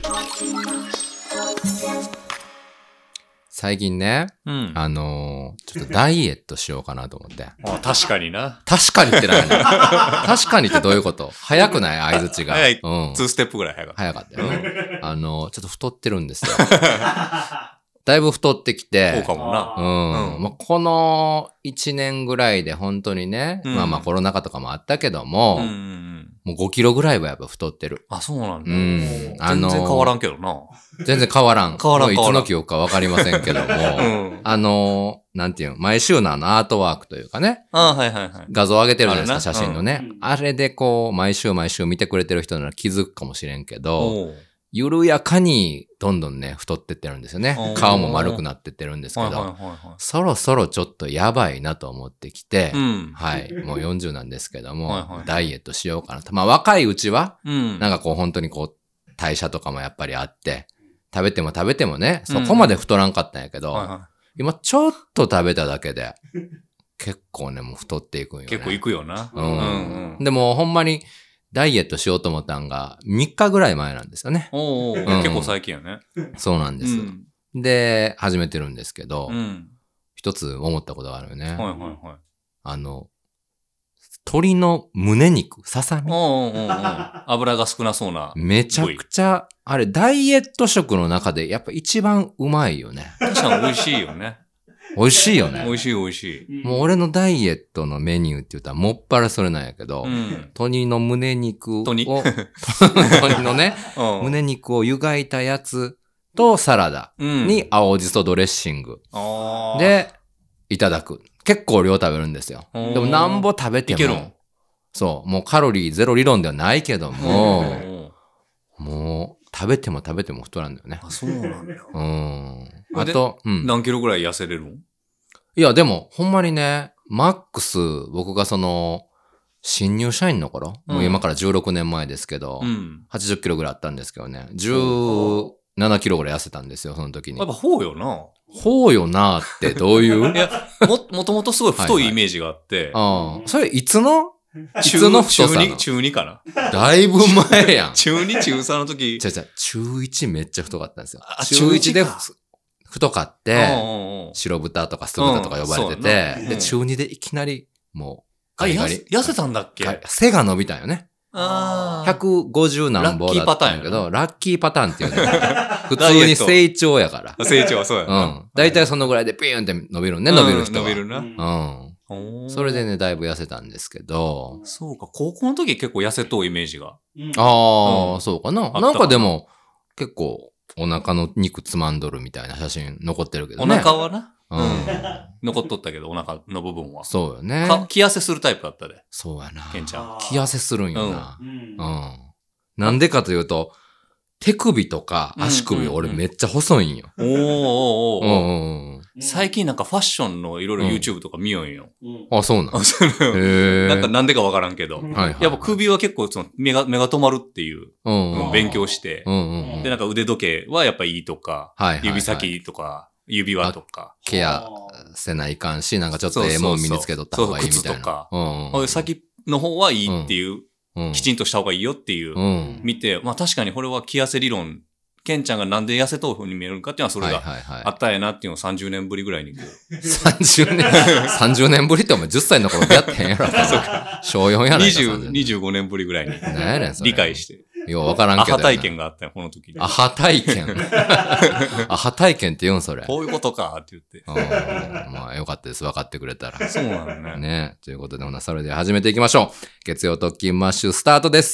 最近ね、ちょっとダイエットしようかなと思って。 確かにな。 確かにってないの確かにってどういうこと？早くない？相槌が。 早い。2ステップぐらい早かった。 早かったよね。ちょっと太ってるんですよ。だいぶ太ってきて。 そうかもな。 まあ、この1年ぐらいで本当にね、まあコロナ禍とかもあったけども、もう5キロぐらいはやっぱ太ってる。 あ、そうなんだ。 全然変わらんけどな。 全然変わらん。 変わらん。 いつの記憶かわかりませんけども、なんていうの、毎週のアートワークというかね。画像上げてるじゃないですか、写真のね。あれでこう、毎週見てくれてる人なら気づくかもしれんけど、緩やかにどんどんね、太ってってるんですよね。顔も丸くなってってるんですけど、そろそろちょっとやばいなと思ってきて、はい、もう40なんですけども、ダイエットしようかなと。まあ若いうちは、なんかこう本当にこう、代謝とかもやっぱりあって、食べてもね、そこまで太らんかったんやけど、今ちょっと食べただけで、結構ね、もう太っていくんよね。 結構いくよな。 でもほんまに、ダイエットしようと思ったんが3日ぐらい前なんですよね。 結構最近やね。 そうなんです。で、始めてるんですけど、一つ思ったことがあるよね。鶏の胸肉、ささみ。 油が少なそうな。 めちゃくちゃ、あれ、ダイエット食の中でやっぱ一番うまいよね。 確かに美味しいよね。 美味しいよね。 美味しい。 もう俺のダイエットのメニューって言ったらもっぱらそれなんやけど、鶏の胸肉を、鶏のね、胸肉を湯がいたやつとサラダに青じそドレッシングでいただく。結構量食べるんですよ。でもなんぼ食べても、そう、もうカロリーゼロ理論ではないけども、もう食べても太らんだよね。 あ、そうなんだよ。 あと、 何キロぐらい痩せれるの？ いや、でも、ほんまにね、マックス、僕が新入社員の頃、もう今から16年前ですけど、80キロぐらいあったんですけどね、17キロぐらい痩せたんですよ、その時に。 やっぱほうよな。 ほうよなってどういういや、もともとすごい太いイメージがあって。 それいつの太さの中2かな。 だいぶ前やん。 中2、中3の時。 中1めっちゃ太かったんですよ。中1で太かって、白豚とか酢豚とか呼ばれてて、で、中2でいきなり、もう、ガリガリ。 痩せたんだっけ？ 背が伸びたんよね。150何本だったんやけど、ラッキーパターンっていうね。普通に成長やから。 成長はそうやな。 だいたいそのぐらいでピーンって伸びるね、伸びる人は。 伸びるな。 それでね、だいぶ痩せたんですけど。 そうか、高校の時結構痩せとうイメージが。 そうかな。なんかでも、結構、お腹の肉つまんどるみたいな写真残ってるけどね。 お腹はな。残っとったけど、お腹の部分は。 そうよね。 気痩せするタイプだったで。 そうやな。 ケンちゃん。 気痩せするんよな。なんでかというと、手首とか足首俺めっちゃ細いんよ。 最近なんかファッションのいろいろ YouTube とか見よんよ。 あ、そうなん。 なんかなんでかわからんけど。やっぱ首は結構目が止まるっていう勉強して。で、なんか腕時計はやっぱいいとか、指先とか、指輪とか。 ケアせないかんし、なんかちょっともん身につけとった方がいいみたいな。 靴とか。先の方はいいっていう、きちんとした方がいいよっていう、見て、まあ確かにこれは気痩せ理論、ケンちゃんがなんで痩せ豆腐に見えるかっていうのはそれがあったんやなっていうのを30年ぶりぐらいにこう。 30年ぶりってお前10歳の頃やってへんやろ。小4やないか。 25年ぶりぐらいに。理解して。 ようわからんけど。 アハ体験があったよ、この時に。 アハ体験アハ体験って言うんそれ。 こういうことかって言って。 まあよかったです。分かってくれたら。 そうなのね。 ね。ということで、それでは始めていきましょう。月曜特勤マッシュスタートです。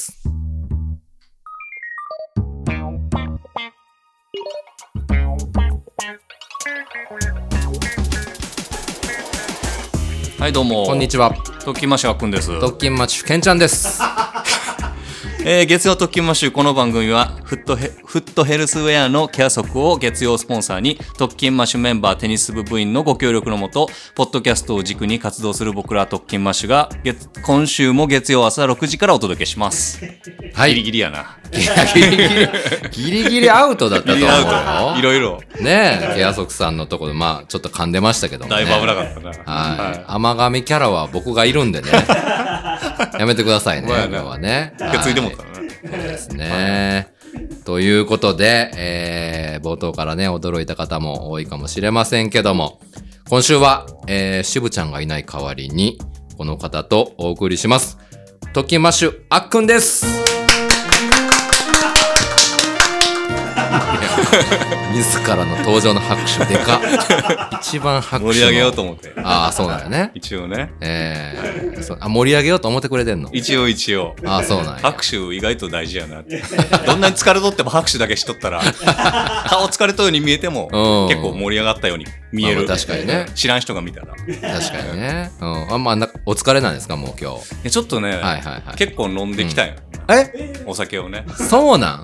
はいどうも。 こんにちは。 特勤マッシュあっくんです。 特勤マッシュケンちゃんです。 月曜特勤マッシュ、この番組はフットヘルスウェアのケア足を月曜スポンサーに特勤マッシュメンバーテニス部部員のご協力のもとポッドキャストを軸に活動する僕ら特勤マッシュが今週も月曜朝6時からお届けします。はい。ギリギリやな。 ギリギリアウトだったと思うよ。 いろいろ。 ねえ、ケア足さんのところでまあちょっと噛んでましたけどもね。 だいぶ危なかったな。 はい。甘噛みキャラは僕がいるんでね。やめてくださいね。今日はね。 受け継いでもったな。 そうですね。 ということで、冒頭からね、驚いた方も多いかもしれませんけども、今週は、渋ちゃんがいない代わりに、この方とお送りします。トキマッシュあっくんです。自らの登場の拍手でか一番拍手の盛り上げようと思って。 ああ、そうだよね。 一応ね。 盛り上げようと思ってくれてんの？ 一応。 ああ、そうなんや。 拍手意外と大事やなって。どんなに疲れとっても拍手だけしとったら、顔疲れとるように見えても、結構盛り上がったように見える。 確かにね。 知らん人が見たら。 確かにね。お疲れなんですか、もう今日。 ちょっとね、結構飲んできたよ。お酒をね。 そうなん？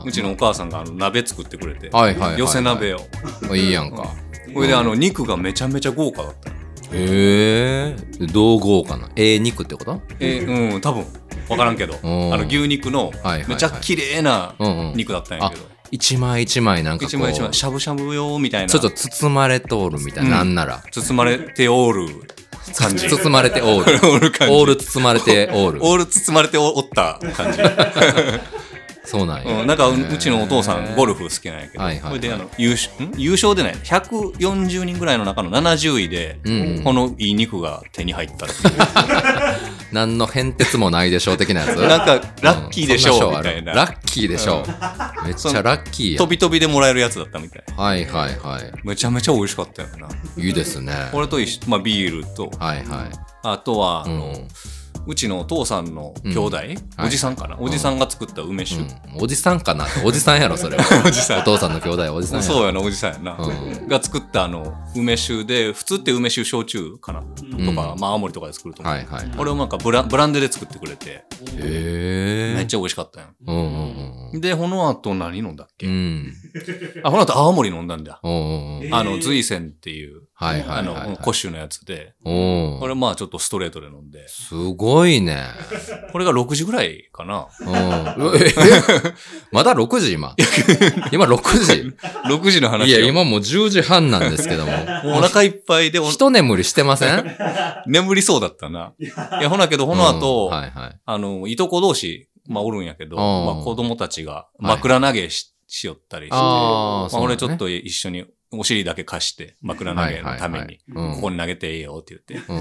うちのお母さんが鍋作ってくれて、寄せ鍋を。 いいやんか。 これで肉がめちゃめちゃ豪華だった。 へえ。どう豪華な？肉ってこと？ 多分分からんけど、牛肉のめちゃ綺麗な肉だったんやけど、 一枚一枚なんかこう一枚一枚しゃぶしゃぶ用みたいな、 ちょっと包まれとおるみたいな、なんなら包まれておる感じ。 包まれておる。オール包まれておる。 オール包まれておった感じ。 そうなんや。 なんかうちのお父さんゴルフ好きなんやけど、それで優勝でない140人ぐらいの中の70位で、このいい肉が手に入ったっていう。 何の変哲もないでしょう的なやつ。 なんかラッキーでしょうみたいな。 ラッキーでしょう。めっちゃラッキーや。 飛び飛びでもらえるやつだったみたい。 はい。 めちゃめちゃ美味しかったよな。 いいですね。 これとビールと、あとはうちのお父さんの兄弟、おじさんかな、おじさんが作った梅酒、 おじさんかな、おじさんやろそれは。おじさん、お父さんの兄弟おじさんやろ。 そうやな、おじさんやな、が作った梅酒で、普通って梅酒焼酎かな、とか、青森とかで作ると思う、これをなんかブランデで作ってくれて、めっちゃ美味しかったやん。でこの後何飲んだっけ、この後青森飲んだんだ。随泉っていう古酒のやつで、これちょっとストレートで飲んで、 すごいね。 これが6時ぐらいかな。 まだ6時今。今6時 ?6 時の話。 いや、今もう10時半なんですけども。もうお腹いっぱいで。 一眠りしてません？ 眠りそうだったな。いや、ほなけど、この後、いとこ同士、おるんやけど、子供たちが枕投げしよったりして、俺ちょっと一緒に、お尻だけ貸して枕投げのために、ここに投げていいよって言って。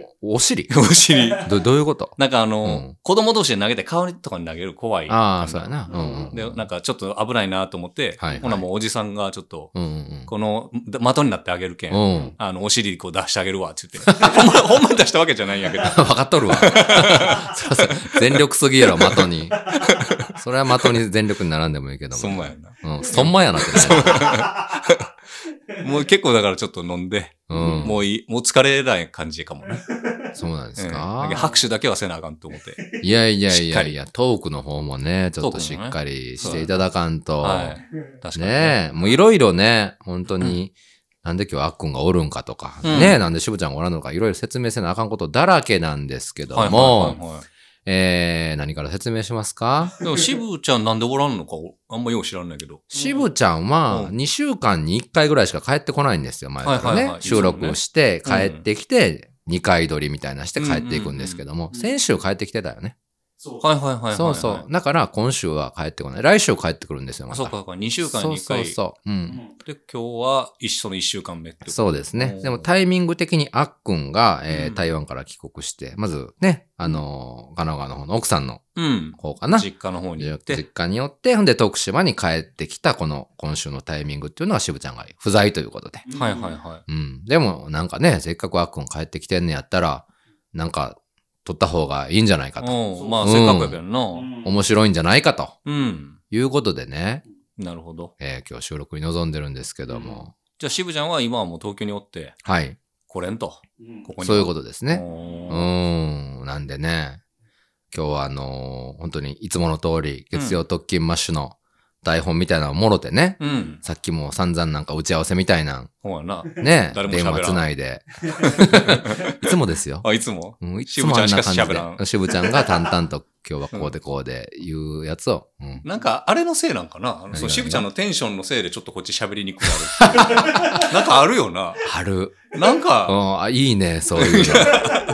お尻お尻。 どういうこと？ なんか子供同士で投げて顔とかに投げる怖い。 そうやな。 で、なんかちょっと危ないなと思って、ほなもうおじさんがちょっと、この的になってあげるけん、お尻こう出してあげるわって言って。ほんまに出したわけじゃないんやけど。 わかっとるわ。全力すぎやろ、的に。それは的に全力に並んでもいいけども。 そんまやな。 そんまやなってね。 もう結構だからちょっと飲んで、もう疲れない感じかもね。 そうなんですか？ 拍手だけはせなあかんと思って。 いや、トークの方もね、ちょっとしっかりしていただかんと。 確かに。 ねもういろいろね、本当に、なんで今日あっくんがおるんかとか、なんでしぶちゃんがおらんのか、いろいろ説明せなあかんことだらけなんですけども、何から説明しますか？ でも、渋ちゃんなんでおらんのか、あんまよう知らんないけど。 渋ちゃんは、2週間に1回ぐらいしか帰ってこないんですよ、前からね。収録して帰ってきて、2回撮りみたいなして帰っていくんですけども、先週帰ってきてたよね。そうそう。だから今週は帰ってこない。来週帰ってくるんですよ、また。 そうか、2週間に1回。 そう。 で、今日はその1週間目ってこと。 そうですね。でもタイミング的にあっくんが、台湾から帰国して、まずね、神奈川の方の奥さんの方かな。 実家の方に行って。 実家に寄って、ほんで徳島に帰ってきたこの今週のタイミングっていうのは渋ちゃんが不在ということで。でもなんかね、せっかくあっくん帰ってきてんねやったら、なんか、撮った方がいいんじゃないかと。 せっかくやけどな。 面白いんじゃないかと。いうことでね。 なるほど。 今日収録に臨んでるんですけども。 じゃあ渋ちゃんは今はもう東京におって。来れんと。 ここに。そういうことですね。なんでね、今日は本当にいつもの通り、月曜特勤マッシュの台本みたいなのをもろてね。さっきも散々なんか打ち合わせみたいな。ね。電話つないで。いつもですよ。 いつもいつもあんな感じで。渋ちゃんが淡々と今日はこうでこうで言うやつを。 なんかあれのせいなんかな？渋ちゃんのテンションのせいでちょっとこっち喋りにくくなる。なんかあるよな。 ある。 なんか。 いいね、そういうの。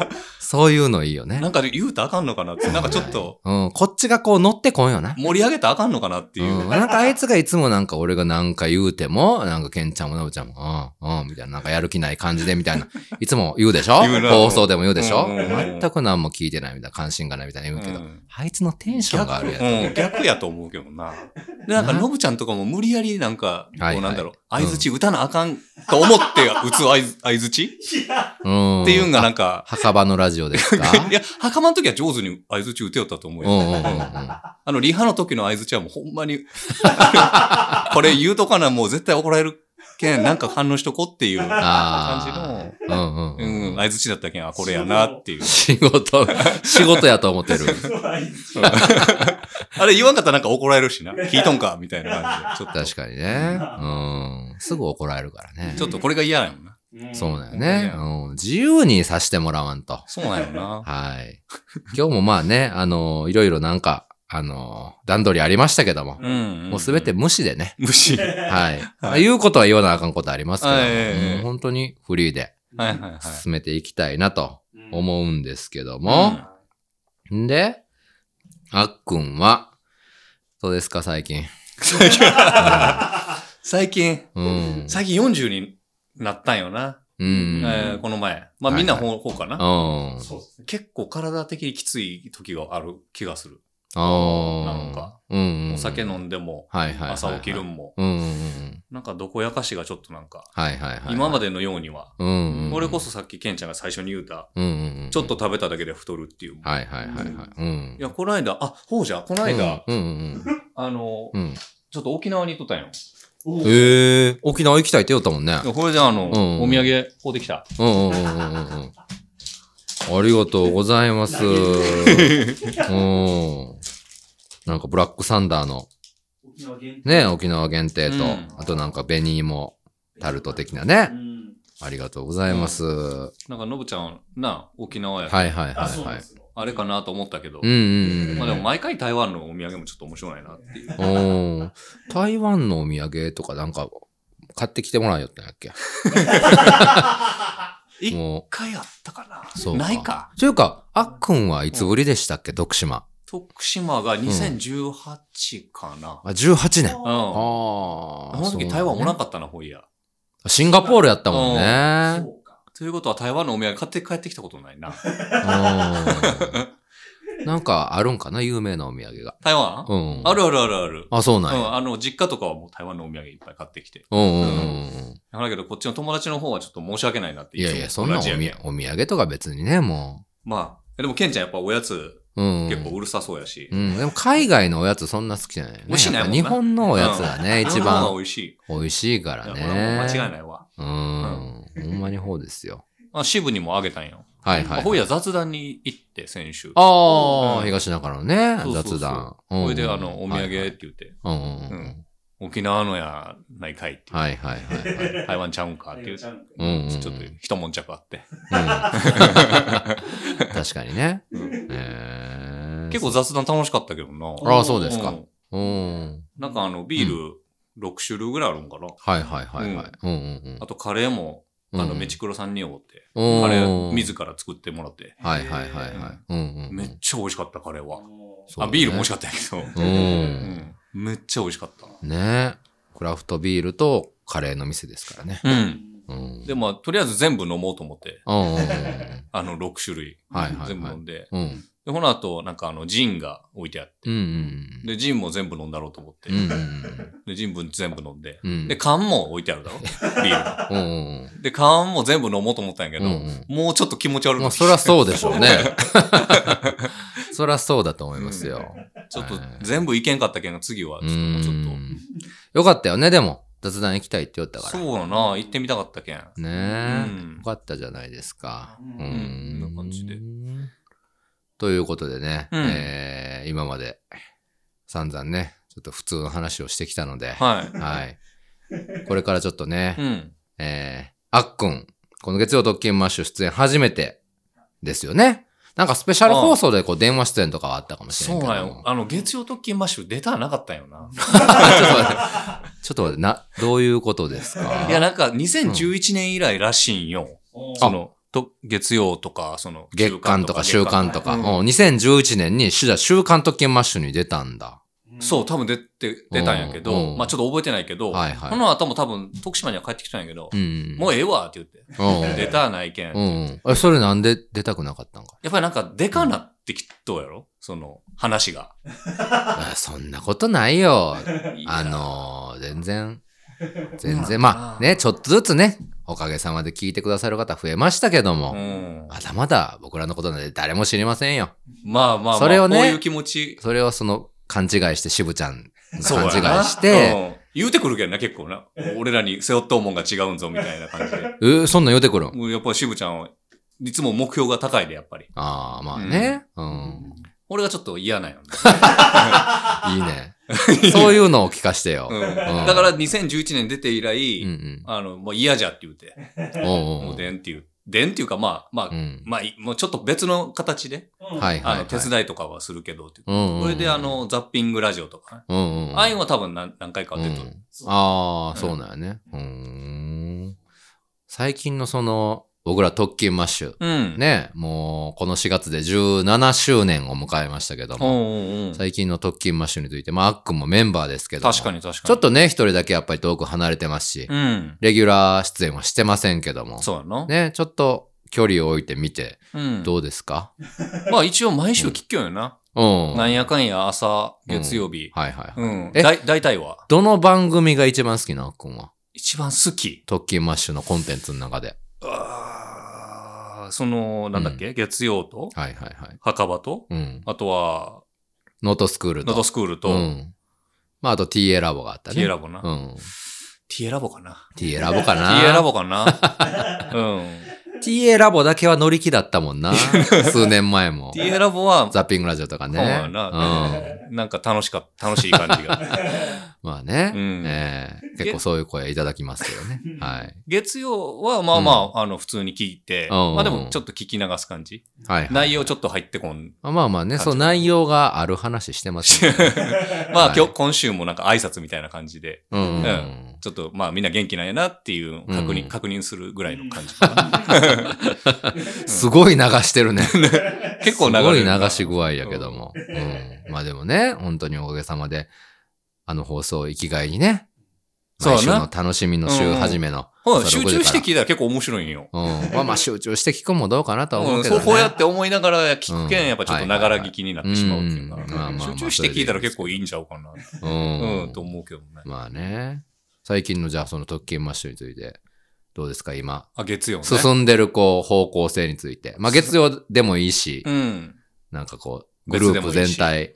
そういうのいいよね。 なんか言うとあかんのかなって、なんかちょっと。 うん、こっちがこう乗ってこんよな。 盛り上げたらあかんのかなっていう。 なんかあいつがいつもなんか俺がなんか言うても、なんかケンちゃんもノブちゃんも、みたいな、なんかやる気ない感じでみたいな。いつも言うでしょ放送でも言うでしょ全く何も聞いてないみたいな、関心がないみたいな言うけど、あいつのテンションがあるやつ。 逆やと思うけどな。で、なんかノブちゃんとかも無理やりなんか、こうなんだろう、相槌打たなあかんと思って打つ相槌っていうんがなんか。 墓場のラジオですか？ いや、墓場の時は上手に相槌打てよったと思うよ。リハの時の相槌はもうほんまに、これ言うとかな、もう絶対怒られるけん、なんか反応しとこっていう感じの、相槌だったけん、これやなっていう。 仕事やと思ってる。 あれ言わんかったらなんか怒られるしな。聞いとんかみたいな感じで。 確かにね。すぐ怒られるからね。 ちょっとこれが嫌やもんな。 そうだよね。自由にさせてもらわんと。 そうなんよな。 はい。今日もまあね、いろいろなんか、段取りありましたけども、もうすべて無視でね。 無視。 はい。言うことは言わなあかんことありますけども、本当にフリーで進めていきたいなと思うんですけども。んで、あっくんは、どうですか、最近。 最近40になったんよな。この前。まあみんな方かな。結構体的にきつい時がある気がする。なんか、お酒飲んでも、朝起きるんも、なんかどこやかしがちょっとなんか、今までのようには、俺こそさっきケンちゃんが最初に言うた、ちょっと食べただけで太るっていう。いや、この間、ほうじゃ、この間、ちょっと沖縄に行っとったんよ。 沖縄行きたいって言ったもんね。 これじゃお土産買うてきた。 ありがとうございます。なんかブラックサンダーのね、沖縄限定と、あとなんか紅芋タルト的なね。ありがとうございます。 なんかのぶちゃん沖縄や。あれかなと思ったけど。まあでも毎回台湾のお土産もちょっと面白いなっていう。 台湾のお土産とかなんか買ってきてもらえよってんやっけ？ 一回あったかな。そうか。ないか。 というか、あっくんはいつぶりでしたっけ、徳島。 徳島が2018かな。 18年。 あの時台湾おらんかったな、ほいや。 シンガポールやったもんね。 ということは台湾のお土産買って帰ってきたことないな。 なんかあるんかな、有名なお土産が。 台湾？ある。 そうなんや。 実家とかはもう台湾のお土産いっぱい買ってきて。だけどこっちの友達の方はちょっと申し訳ないなっていや、そんなお土産とか別にね、もう。まあ、でもケンちゃんやっぱおやつ、結構うるさそうやし。 でも海外のおやつそんな好きじゃないよね。 美味しいね。 日本のおやつがね、一番美味しい。 美味しいからね。 間違いないわ。 ほんまにほうですよ。 支部にもあげたんよ。ほいや雑談に行って先週。 東中のね、雑談。 ほいでお土産って言って。沖縄のやないかいって。台湾ちゃうんかっていう。ちょっと一悶着あって。 確かにね。 結構雑談楽しかったけどな。 そうですか。 なんかビール6種類ぐらいあるんかな。あとカレーも、メチクロさんにおって、カレー自ら作ってもらって。めっちゃ美味しかった、カレーは。ビールも美味しかったんやけど。めっちゃ美味しかった。 ね。クラフトビールとカレーの店ですからね。 でも、とりあえず全部飲もうと思って。6種類。全部飲んで。で、この後、なんかジンが置いてあって。で、ジンも全部飲んだろうと思って。で、ジン全部飲んで。で、缶も置いてあるだろビール。で、缶も全部飲もうと思ったんやけど、もうちょっと気持ち悪い。 そりゃそうでしょうね。そりゃそうだと思いますよ。 ちょっと全部いけんかったけど、次はちょっと。 よかったよね、でも。雑談行きたいって言ったから。 そうだな、行ってみたかったけん。 ねえ。よかったじゃないですか。 こんな感じで。 ということでね、今まで散々ね、ちょっと普通の話をしてきたので、これからちょっとね、あっくん、この月曜特勤マッシュ出演初めてですよね。なんかスペシャル放送でこう電話出演とかはあったかもしれないけど。 そうなんよ。月曜特勤マッシュ出たらなかったんよな。 ちょっと待って、どういうことですか？ いや、なんか2011年以来らしいんよ。 月曜とか、 月間とか週間とか。2011年に週刊特勤マッシュに出たんだ。 そう、多分出たんやけど、まあちょっと覚えてないけど、この後も多分徳島には帰ってきたんやけど、もうええわって言って、出たないけん。 それなんで出たくなかったんか。 やっぱりなんかでかなってきっとやろ話が。 そんなことないよ。全然、まあね、ちょっとずつね、おかげさまで聞いてくださる方増えましたけども、まだまだ僕らのことなんで誰も知りませんよ。 まあ、 それをね、 こういう気持ち。 それを勘違いして渋ちゃん勘違いして、 言うてくるけどな、結構な。俺らに背負っとうもんが違うんぞ、みたいな感じで。そんなん言うてくるん？ やっぱり渋ちゃんはいつも目標が高いで、やっぱり。 ああ、まあね。 俺がちょっと嫌なんよね。 いいね。そういうのを聞かしてよ。 だから2011年出て以来、もう嫌じゃって言うて。もうでんっていうか、まあ、もうちょっと別の形で、手伝いとかはするけど、これでザッピングラジオとかね。ああいうのは多分何回か出てる。 ああ、そうなんやね。最近の僕ら特勤マッシュ。ね、もうこの4月で17周年を迎えましたけども、最近の特勤マッシュについて、あっくんもメンバーですけども、 確かに。ちょっとね、一人だけやっぱり遠く離れてますし、レギュラー出演はしてませんけども、 そうやな。 ね、ちょっと距離を置いてみて、どうですか？ まあ一応毎週聞きよよな。なんやかんや朝、月曜日。大体は。 どの番組が一番好きなあっくんは？ 一番好き？ 特勤マッシュのコンテンツの中で。 なんだっけ、月曜と、墓場と、あとは、 ノートスクールと、 あと TA ラボがあったね。 TA ラボな。TA ラボかな。 TA ラボかな。 TA ラボかな。 TA ラボだけは乗り気だったもんな。数年前も。 TA ラボは、 ザッピングラジオとかね。 なんか楽しい感じが。 まあね。結構そういう声いただきますけどね。はい。 月曜は、普通に聞いて、でもちょっと聞き流す感じ。内容ちょっと入ってこん。 まあね、そう内容がある話してますね。 今週もなんか挨拶みたいな感じで。ちょっとみんな元気なんやなっていう確認するぐらいの感じかな。 すごい流してるね。 結構すごい流し具合やけども。まあでもね、本当におかげさまで、放送を生きがいにね。毎週の楽しみの週始めの。 集中して聞いたら結構面白いんよ。 集中して聞くもどうかなとは思うけどね。 そうやって思いながら聞くけん、やっぱちょっとながら聞きになってしまうっていうか。集中して聞いたら結構いいんちゃうかな。と思うけどね。 まあね。最近のじゃあその特勤マッシュについて、どうですか今。 月曜ね。 進んでる方向性について。月曜でもいいし、なんかグループ全体。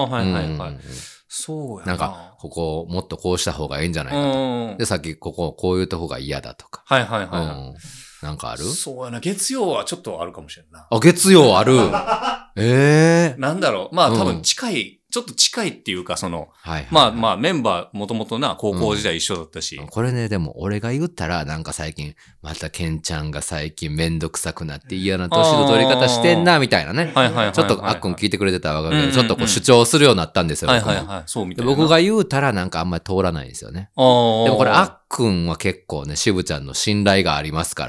そうやな。なんか、ここもっとこうした方がいいんじゃないかと。で、さっきこういうとこが嫌だとか。なんかある？ そうやな。月曜はちょっとあるかもしれんな。 月曜ある。 なんだろう。多分ちょっと近いっていうか、メンバーもともとな、高校時代一緒だったし。 これね、でも俺が言ったら、なんか最近、またケンちゃんが最近めんどくさくなって嫌な年の取り方してんな、みたいなね。ちょっとあっくん聞いてくれてたらわかるけど、ちょっと主張するようになったんですよ。 そうみたいな。 僕が言うたらなんかあんまり通らないんですよね。でもこれあっくんは結構ね、渋ちゃんの信頼がありますから、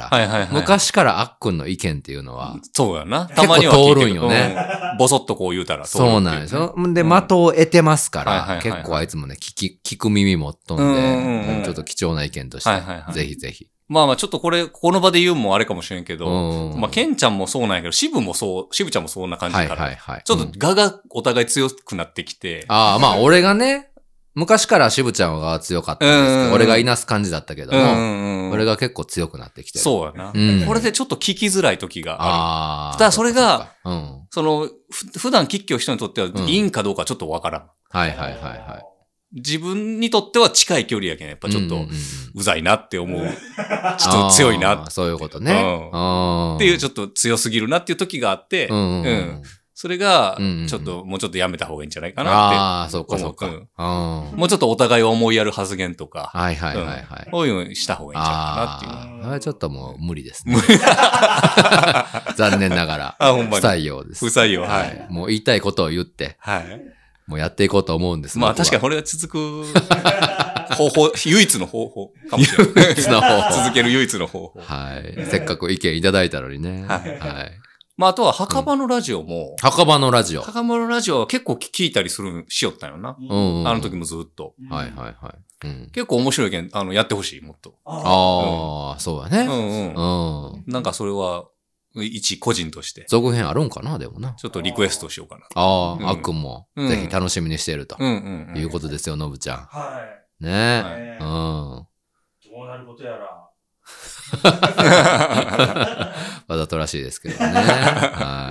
昔からあっくんの意見っていうのは、 そうやな。 たまには通るんよね。 ボソッとこう言うたら。 そうなんですよ。で、的を得てますから、結構あいつもね、聞く耳持っとんで、ちょっと貴重な意見として、ぜひぜひ。 ちょっとこの場で言うもあれかもしれんけど、ケンちゃんもそうなんやけど、渋ちゃんもそんな感じだから、ちょっと我がお互い強くなってきて。 俺がね、昔から渋ちゃんが強かったんですけど、俺がいなす感じだったけども、俺が結構強くなってきてる。 そうやな。これでちょっと聞きづらい時がある。ただそれが、普段聞きよ人にとってはいいんかどうかちょっとわからん。自分にとっては近い距離やけん、やっぱちょっとうざいなって思う。ちょっと強いな。 そういうことね。 っていうちょっと強すぎるなっていう時があって、それが、もうちょっとやめた方がいいんじゃないかなって。 そうかそうか。 もうちょっとお互いを思いやる発言とか。そういうのした方がいいんじゃないかなっていう。 あれちょっともう無理ですね。残念ながら。不採用です。 不採用。 もう言いたいことを言って。もうやっていこうと思うんです。 確かにこれが続く方法、唯一の方法かもしれない。 唯一の方法。 続ける唯一の方法。 はい。せっかく意見いただいたのにね。はい。 まあ、あとは墓場のラジオも。 墓場のラジオ。 墓場のラジオは結構聞いたりしよったよな。あの時もずっと。 はいはいはい。 結構面白いけん、やってほしい、もっと。 ああ、そうやね。 なんかそれは、一個人として。 続編あるんかなでもな。 ちょっとリクエストしようかな。 ああ、あっくんも、ぜひ楽しみにしていると。いうことですよ、のぶちゃん。 はい。 ね。 どうなることやら。 わざとらしいですけどね。はい。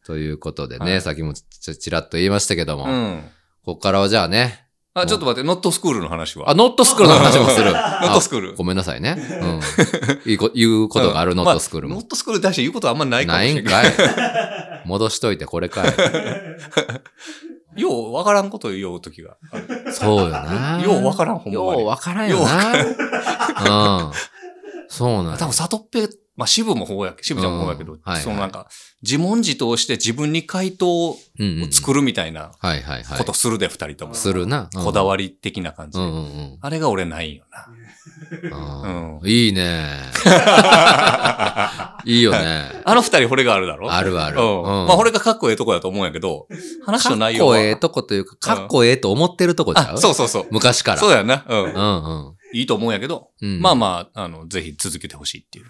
ということでね、さっきもちらっと言いましたけども。ここからはじゃあね。 ちょっと待って、ノットスクールの話は。 ノットスクールの話もする。 ノットスクール。 ごめんなさいね。言うことがあるノットスクールも。 ノットスクールに対して言うことはあんまないかもしれない。 ないんかい。戻しといてこれかい。 ようわからんこと言うときが。 そうよな。 ようわからんほんまに。 ようわからんよな。そうなん多分、里っぺ、まあ、渋ちゃんも方やけど、そのなんか、自問自答して自分に回答を作るみたいなことするで、二人とも。 するな。 こだわり的な感じ。あれが俺ないよな。 いいね。いいよね。 あの二人惚れがあるだろ？ あるある。 まあ、惚れがかっこええとこだと思うんやけど、話の内容は。 かっこええとこというか、かっこええと思ってるとこちゃう？ そうそうそう。 昔から。 そうやな。いいと思うんやけど、まあまあ、ぜひ続けてほしいっていう。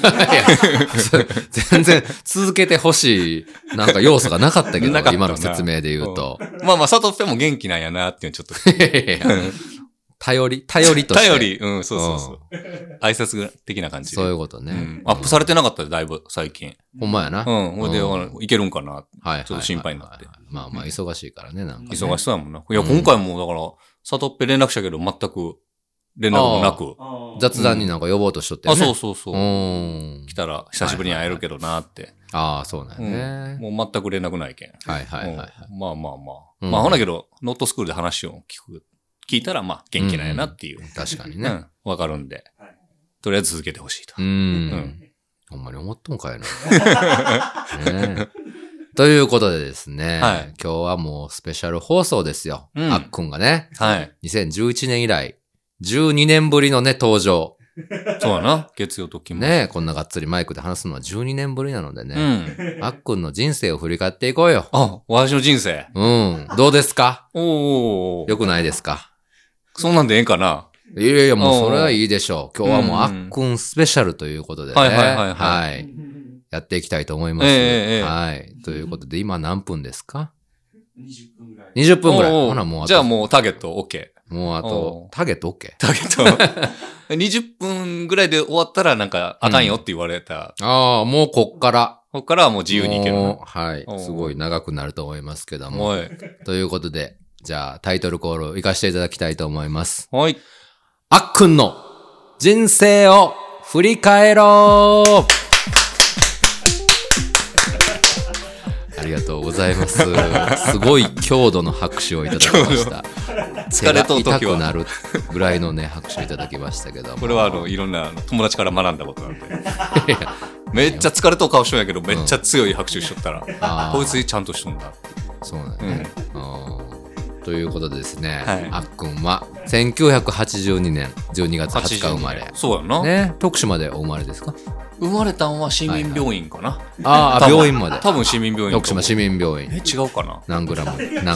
全然続けてほしい、なんか要素がなかったけど、今の説明で言うと。 まあまあ、里っぺも元気なんやなっていうちょっと。 頼りとして。 頼り、そうそうそう。挨拶的な感じで。 そういうことね。 アップされてなかったで、だいぶ、最近。 ほんまやな。 ほいで、いけるんかな。ちょっと心配になって。 まあまあ、忙しいからね、なんか。 忙しそうやもんな。いや、今回も、だから、里っぺ連絡したけど、全く、連絡もなく。 雑談になんか呼ぼうとしとってね。 そうそうそう。来たら、久しぶりに会えるけどなって。 そうなんね。 もう全く連絡ないけん。 はいはいはい。 まあまあまあ。まあ、ほんだけど、ノットスクールで話を聞いたら、まあ、元気なんやなっていう。 確かにね。 わかるんで。とりあえず続けてほしいと。ほんまに思っとんかいな。ということでですね。今日はもうスペシャル放送ですよ。あっくんがね。2011年以来、12年ぶりのね、登場。 そうやな。月曜ときも。 ねこんながっつりマイクで話すのは12年ぶりなのでね。あっくんの人生を振り返っていこうよ。 私の人生。 どうですか？よくないですか？ そんなんでええんかな？ いやいや、もうそれはいいでしょう。今日はもうあっくんスペシャルということでね。はい。やっていきたいと思います。はい。ということで、今何分ですか？20分ぐらい。20分ぐらい。ほな、もうあと。 じゃあもうターゲット OK。 もうあと、ターゲット OK？ ターゲット。20分ぐらいで終わったらなんかあかんよって言われた。 もうこっから。 こっからはもう自由にいける。 はい。すごい長くなると思いますけども。ということで、じゃあタイトルコールを行かせていただきたいと思います。 はい。 あっくんの人生を振り返ろう。ありがとうございます。すごい強度の拍手をいただきました。 疲れとる時は痛くなるぐらいのね、拍手をいただきましたけども。 これはいろんな友達から学んだことなんで。めっちゃ疲れとる顔しとんやけど、めっちゃ強い拍手しとったら、こいつちゃんとしとんだ。 そうなんだね。ということでですね、あっくんは1982年12月20日生まれ。 そうやな。 ね、徳島でお生まれですか？ 生まれたんは市民病院かな。 病院まで。 多分市民病院。 徳島市民病院。 違うかな。 何グラム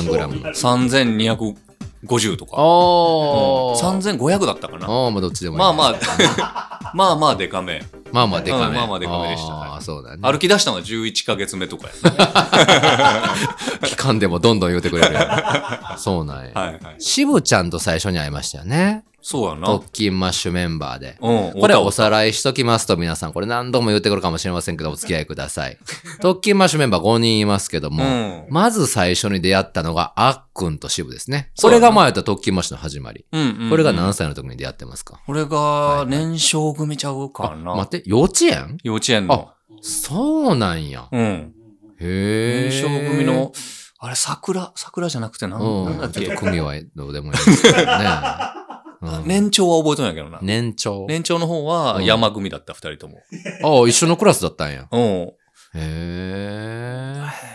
3250とか。3500だったかな。 まあどっちでもいい。 まあまあデカめ。 まあまあデカめ。 まあまあデカめでした。 そうだね。 歩き出したのは11ヶ月目とかや。期間でもどんどん言うてくれるやん。そうなんや。渋ちゃんと最初に会いましたよね。 そうやな。 特勤マッシュメンバーで。これおさらいしときますと皆さん、これ何度も言ってくるかもしれませんけど、お付き合いください。特勤マッシュメンバー5人いますけども、まず最初に出会ったのがあっくんと渋ですね。それが前やった特勤マッシュの始まり。これが何歳の時に出会ってますか？ これが年少組ちゃうかな。 待って、幼稚園？ 幼稚園の。 そうなんや。 へえ。年少組の、あれ、桜じゃなくてなんだっけ？ ちょっと組はどうでもいいですけどね。 年長は覚えとんやけどな。 年長の方は山組だった、二人とも。 一緒のクラスだったんや。 へえ。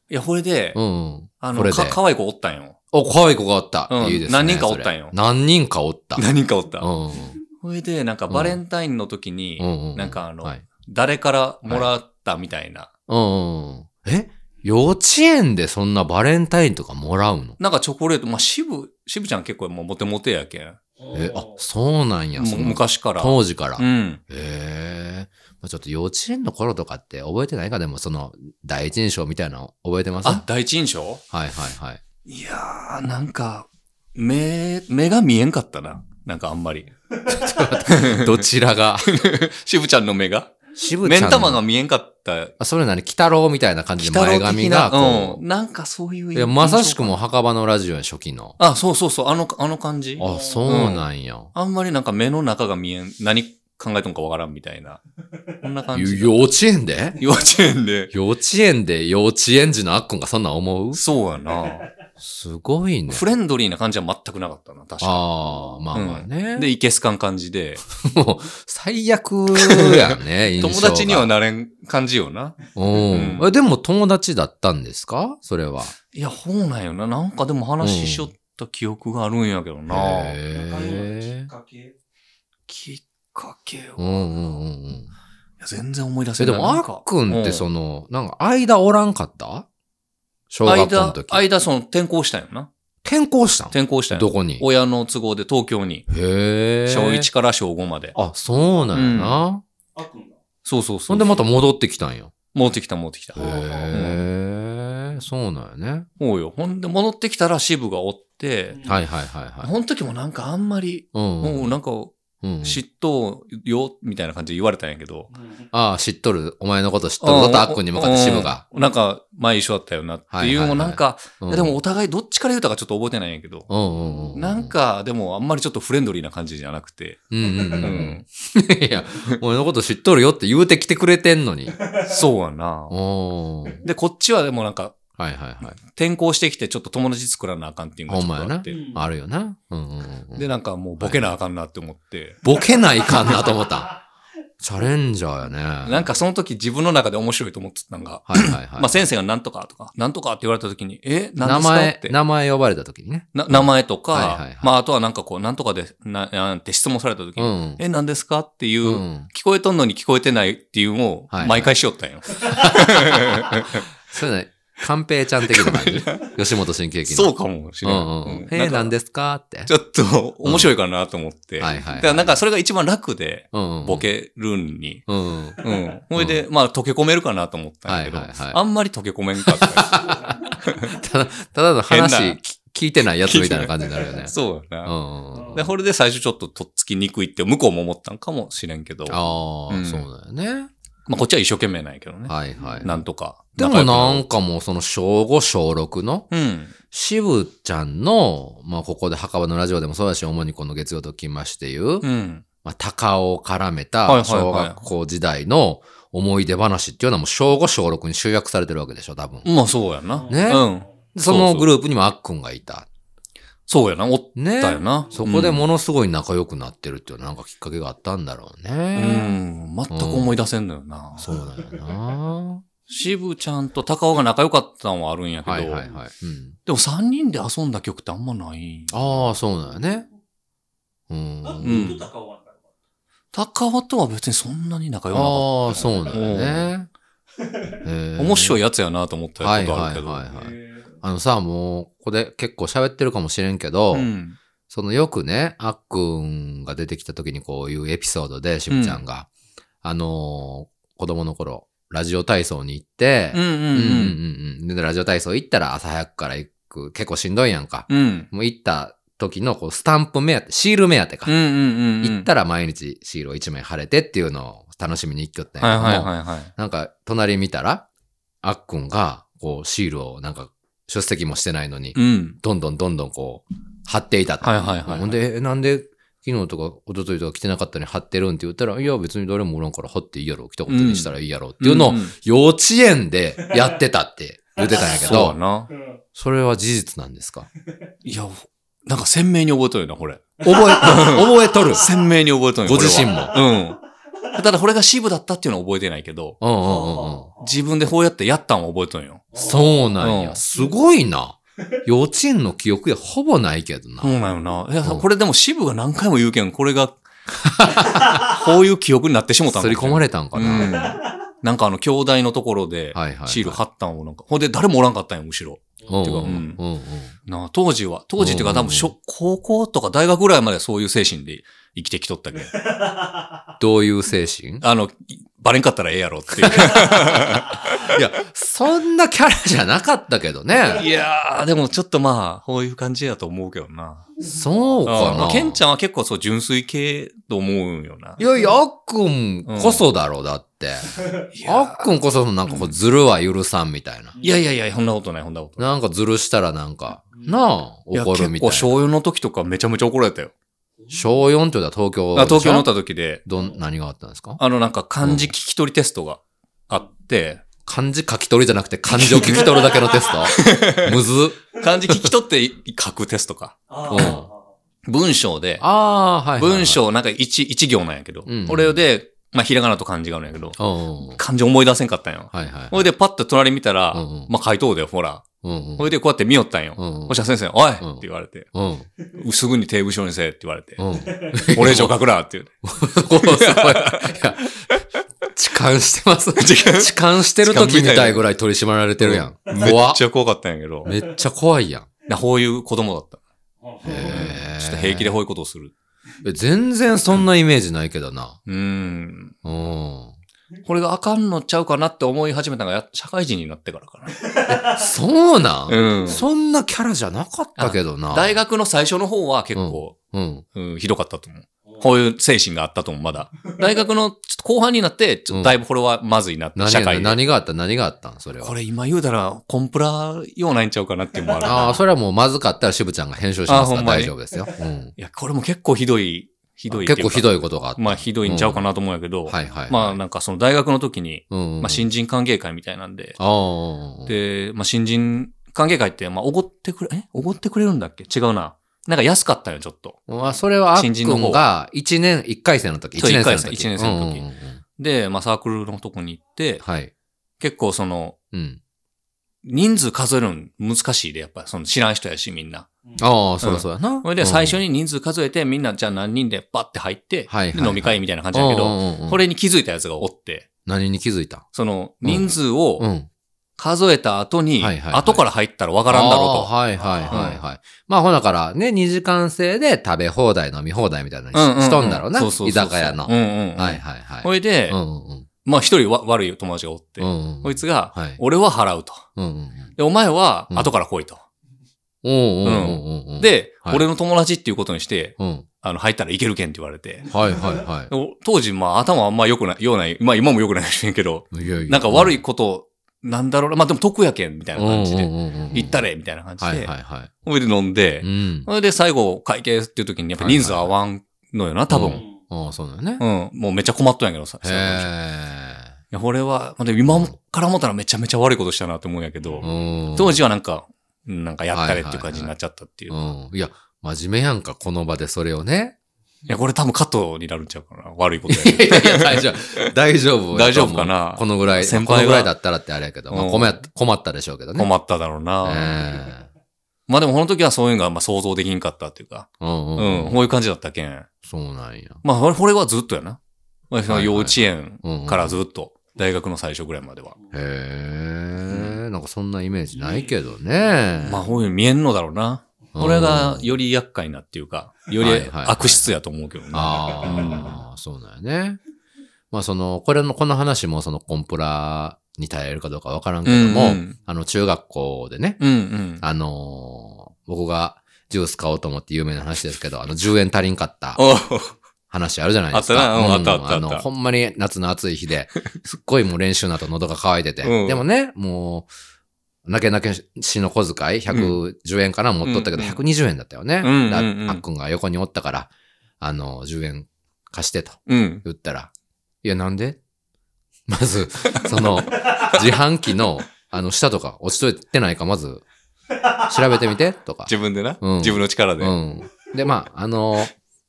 いや、これで、 うん。 可愛い子おったんよ。 可愛い子がおった。いいですね。 何人かおったんよ。 何人かおった。 何人かおった。それで、なんかバレンタインの時に、なんか誰からもらったみたいな。 幼稚園でそんなバレンタインとかもらうの？ なんかチョコレート、まあ、渋ちゃん結構もうモテモテやけん。 そうなんや。 昔から。 当時から。ちょっと幼稚園の頃とかって覚えてないか？でも第一印象みたいなの覚えてます？ 第一印象？ はいはいはい。 いやー、なんか、目が見えんかったな。なんかあんまり。 どちらが？ 渋ちゃんの目が？ 渋ちゃんの。目ん玉が見えんかった。 それ何？鬼太郎みたいな感じで前髪がこう。なんかそういう。 いや、まさしくも墓場のラジオや初期の。 そうそうそう。あの感じ。 そうなんや。 あんまりなんか目の中が見えん。何考えとんかわからんみたいな。こんな感じ。 幼稚園で幼稚園で幼稚園児のあっくんがそんなん思う？ そうやな。 すごいね。 フレンドリーな感じは全くなかったな、確かに。 まあね。 で、いけすかん感じで。 もう、最悪やね、 友達にはなれん感じよな。 でも友達だったんですか？それは。 いや、ほうなんよな。なんかでも話しよった記憶があるんやけどな。きっかけよ。いや、全然思い出せない。 でも、あっくんってなんか間おらんかった？小学校の時。 間転校したんよな。 転校したん？ 転校したんよ。 どこに？ 親の都合で東京に。小1から小5まで。 そうなんやな。 そう。 ほんでまた戻ってきたんよ。 戻ってきた。 そうなんやね。 そうよ。ほんで戻ってきたら渋がおって。 はい。 ほん時もなんかあんまり、なんか、知っとうよ、みたいな感じで言われたんやけど。 知っとる。お前のこと知っとるぞとあっくんに向かって渋が。 なんか、前一緒だったよなっていうのもなんか、でもお互いどっちから言うたかちょっと覚えてないんやけど。なんか、でもあんまりちょっとフレンドリーな感じじゃなくて。 いや、俺のこと知っとるよって言うてきてくれてんのに。 そうやな。で、こっちはでもなんか、転校してきてちょっと友達作らなあかんっていうのがちょっとあって。 あるよな。 で、なんかもうボケなあかんなって思って。 ボケないかんなと思った。チャレンジャーやね。 なんかその時自分の中で面白いと思ってたのが。まあ先生がなんとかとか、なんとかって言われた時に、何ですかって。 名前呼ばれた時にね。 名前とか、まああとはなんかこう、なんとかで、なんて質問された時に、何ですかっていう、聞こえとんのに聞こえてないっていうのを毎回しよったんよ。 そうね。カンペイちゃん的な感じ。吉本新喜劇の。 そうかもしれない。 何ですかって。 ちょっと面白いかなと思って。だからなんかそれが一番楽で、ボケるんに。ほいで、まあ溶け込めるかなと思ったんやけど、あんまり溶け込めんかった。 ただの話聞いてないやつみたいな感じになるよね。 そうやな。で、これで最初ちょっととっつきにくいって向こうも思ったんかもしれんけど。 そうだよね。 まあ、こっちは一生懸命ないけどね。なんとか。 でもなんかもうその小5、小6の、渋ちゃんの、まあここで墓場のラジオでもそうだし、主にこの月曜ときましていう、まあ鷹を絡めた小学校時代の思い出話っていうのはもう小5、小6に集約されてるわけでしょ、多分。 まあそうやな。 ね。そのグループにもあっくんがいた。 そうやな、おったよな。 そこでものすごい仲良くなってるっていうのはなんかきっかけがあったんだろうね。 全く思い出せんのよな。 そうだよな。 渋ちゃんと高尾が仲良かったのはあるんやけど。でも3人で遊んだ曲ってあんまない。 そうだよね。 高尾とは別にそんなに仲良かった。 そうだよね。 面白いやつやなと思ったことあるけど。 もう、ここで結構喋ってるかもしれんけど、そのよくね、あっくんが出てきた時にこういうエピソードで、しぶちゃんが、子供の頃、ラジオ体操に行って、で、ラジオ体操行ったら朝早くから行く、結構しんどいやんか。もう行った時のこうスタンプ目当て、シール目当てか。行ったら毎日シールを1枚貼れてっていうのを楽しみに行きよったんやけども、なんか隣見たら、あっくんがこうシールをなんか、出席もしてないのに、どんどんこう、貼っていたと。ほんで、なんで、昨日とか一昨日とか来てなかったのに貼ってるんって言ったら、いや別に誰もおらんから貼っていいやろ、来たことにしたらいいやろっていうのを、幼稚園でやってたって言ってたんやけど、それは事実なんですか？ いや、なんか鮮明に覚えとるよな、これ。 覚えとる。 鮮明に覚えとるよ。 ご自身も。 ただこれが支部だったっていうのは覚えてないけど、自分でこうやってやったんは覚えとんよ。 そうなんや。すごいな。幼稚園の記憶やほぼないけどな。 そうなんよな。いや、これでも支部が何回も言うけん、これが、こういう記憶になってしもたんだ。 刷り込まれたんかな。 なんか兄弟のところで、シール貼ったんをなんか、ほんで誰もおらんかったんよ、むしろ。当時っていうか多分高校とか大学ぐらいまでそういう精神で生きてきとったけん。 どういう精神？ バレんかったらええやろっていう。 いや、そんなキャラじゃなかったけどね。 いやー、でもちょっとまあ、こういう感じやと思うけどな。 そうかな。 ケンちゃんは結構そう純粋系と思うんよな。 いやいや、あっくんこそだろ、だって。あっくんこそなんかこうずるは許さんみたいな。 いや、そんなことない、そんなことない。 なんかずるしたらなんか、なあ、怒るみたいな。 結構小4の時とかめちゃめちゃ怒られたよ。 小4って言ったら東京東京乗った時で。 何があったんですか？ なんか漢字聞き取りテストがあって、 漢字書き取りじゃなくて漢字を聞き取るだけのテストむず。 漢字聞き取って書くテストか。文章で、文章なんか一行なんやけど、これで、まあ、ひらがなと漢字があるんやけど、漢字思い出せんかったんよ。ほいでパッと隣見たら、まあ、書いとうだよ、ほら。ほいでこうやって見よったんよ。そしたら先生、おいって言われて、すぐに手後ろにせえって言われて、これ以上書くなって言う。 痴漢してます。痴漢してる時みたいぐらい取り締まられてるやん。 めっちゃ怖かったんやけど。 めっちゃ怖いやん。 こういう子供だった。ちょっと平気でこういうことをする。 全然そんなイメージないけどな。 これがあかんのちゃうかなって思い始めたのが社会人になってからかな。そうなん、そんなキャラじゃなかったけどな。 大学の最初の方は結構、ひどかったと思う。こういう精神があったと思う、まだ。大学の後半になって、だいぶこれはまずいなって、社会で。 何があったんそれは。 これ今言うたら、コンプラ用ないんちゃうかなっていうのもある。 ああ、それはもうまずかったら渋ちゃんが編集しますから大丈夫ですよ。 いや、これも結構ひどい結構ひどいことがあった。 まあひどいんちゃうかなと思うんやけど、まあなんかその大学の時に、まあ新人歓迎会みたいなんで、で、まあ新人歓迎会って、まあおごってくれるんだっけ？違うな。なんか安かったよ、ちょっと。 まあそれはあっくんが1回生の時。 1年生の時。で、まあサークルのとこに行って、結構その、人数数えるの難しいで、やっぱその知らん人やし、みんな。 ああ、そうやな。 それで最初に人数数えて、みんなじゃあ何人でバッて入って、飲み会みたいな感じだけど、これに気づいたやつがおって。 何に気づいた？ その人数を数えた後に、後から入ったらわからんだろうと。 まあほだからね、2時間制で食べ放題飲み放題みたいなのにしとんだろうな。居酒屋の。 それで、まあ一人悪い友達がおって、こいつが、俺は払うと。で、お前は後から来いと。で、俺の友達っていうことにして、入ったらいけるけんって言われて。当時、まあ頭はあんま良くない、まあ今も良くないかもしれんけど、なんか悪いこと、なんだろうな、まあでも得やけんみたいな感じで、行ったれみたいな感じで、それで飲んで、それで最後会計っていう時にやっぱ人数合わんのよな、多分。 そうだよね。 もうめっちゃ困っとんやけどさ。いや、これは、まあ、今から思ったらめちゃめちゃ悪いことしたなって思うんやけど、当時はなんかやったれっていう感じになっちゃったっていう。 いや、真面目やんか、この場でそれをね。 いや、これ多分カットになるんちゃうかな。悪いことやけど。いや、大丈夫。 大丈夫かな。 このぐらい、先輩ぐらいだったらってあれやけど、まあ困ったでしょうけどね。 困っただろうな。まあでもこの時はそういうのがまあ想像できんかったっていうか、こういう感じだったけん。 そうなんや。 まあこれはずっとやな。幼稚園からずっと、大学の最初ぐらいまでは。 なんかそんなイメージないけどね。 まあこういう見えんのだろうな。これがより厄介なっていうか、より悪質やと思うけどね。 そうだよね。まあこの話もこのプラに耐えるかどうかわからんけども、中学校でね、僕がジュース買おうと思って有名な話ですけど、10円足りんかった話あるじゃないですか。 あったほんまに夏の暑い日で、すっごいもう練習の後喉が渇いてて、でもね、もう、なけなけしの小遣い110円かな持っとったけど、120円だったよね。あっくんが横におったから、10円貸してと言ったら、いや、なんでまず、自販機の、下とか落ちといてないか、まず、調べてみてとか。 自分でな。自分の力で。 で、まあ、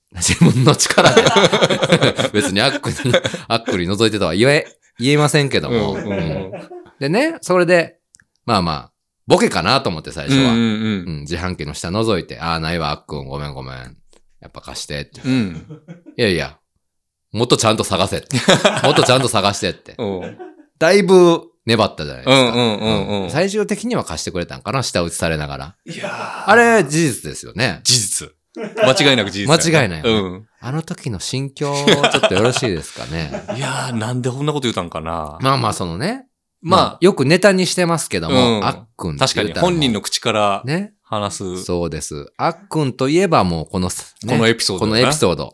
自分の力で。別にアックに覗いてとは言えませんけども。でね、それで、まあまあ、ボケかなと思って最初は。自販機の下覗いて、ないわ、アックン、ごめん。やっぱ貸してって。いや、もっとちゃんと探せって。もっとちゃんと探してって。だいぶ粘ったじゃないですか。最終的には貸してくれたんかな、下打ちされながら。 いやあれ、事実ですよね。 事実。間違いなく事実。 間違いない、ね。あの時の心境、ちょっとよろしいですかね。 いやー、なんでこんなこと言ったんかな。 まあまあ、そのね。まあ、よくネタにしてますけども、あっくん。 確かに、本人の口からね。話す。 そうです。あっくんといえばもうこのエピソード。 この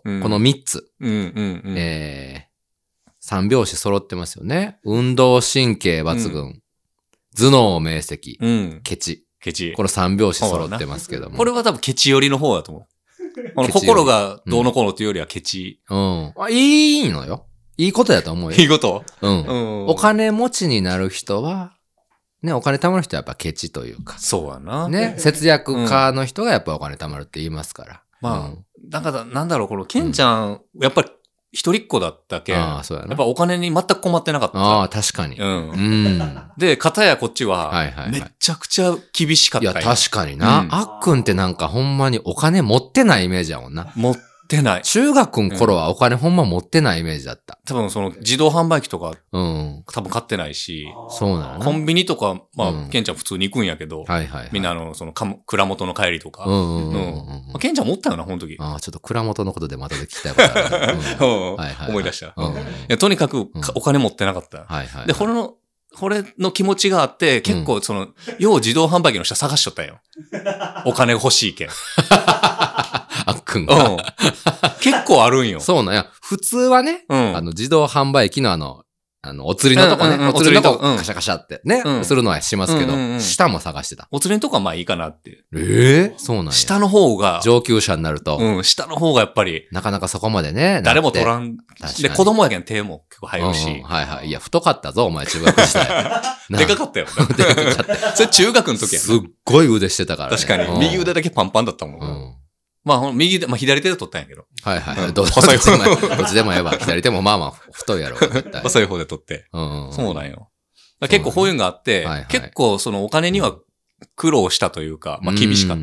3つ。3拍子揃ってますよね。運動神経抜群。頭脳明晰。ケチ。この3拍子揃ってますけども。 これは多分ケチ寄りの方だと思う。心がどうのこうのというよりはケチ。 いいのよ。いいことだと思うよ。 いいこと？ お金持ちになる人は、ね、お金貯まる人はやっぱケチというか。 そうやな。 ね、節約家の人がやっぱお金貯まるって言いますから。 まあ、だからなんだろう、このケンちゃん、やっぱり一人っ子だったけん。 そうやな。 やっぱお金に全く困ってなかった。 確かに。 で、片やこっちは、めちゃくちゃ厳しかった。 いや、確かにな。あっくんってなんかほんまにお金持ってないイメージやもんな。 持ってない。 中学の頃はお金ほんま持ってないイメージだった。 多分その自動販売機とか、多分買ってないし、 そうなの。 コンビニとか、まあ、ケンちゃん普通に行くんやけど、みんなその蔵元の帰りとか、ケンちゃん持ったよな、この時。 ちょっと蔵元のことでまたで聞きたいことある。 思い出した。とにかくお金持ってなかった。で、これの気持ちがあって、結構要自動販売機の下探しとったんよ。お金欲しいけん。 あっくんが。 結構あるんよ。 そうなんや。普通はね、自動販売機のお釣りのとこね、お釣りのとこカシャカシャってね、するのはしますけど、下も探してた。 お釣りのとこはまあいいかなって。 そうなんや。 下の方が。 上級者になると。 下の方がやっぱり。 なかなかそこまでね。 誰も取らん。で、子供やけん手も結構入るし。 いや、太かったぞ、お前中学時代。 でかかったよ。でかかった。それ中学の時やすっごい腕してたから。 確かに。右腕だけパンパンだったもん。まあ、左手で取ったんやけど。 どっちでもええわ。左手もまあまあ、太いやろ。 細い方で取って。そうなんよ。結構こういうのがあって、結構そのお金には苦労したというか、まあ厳しかった。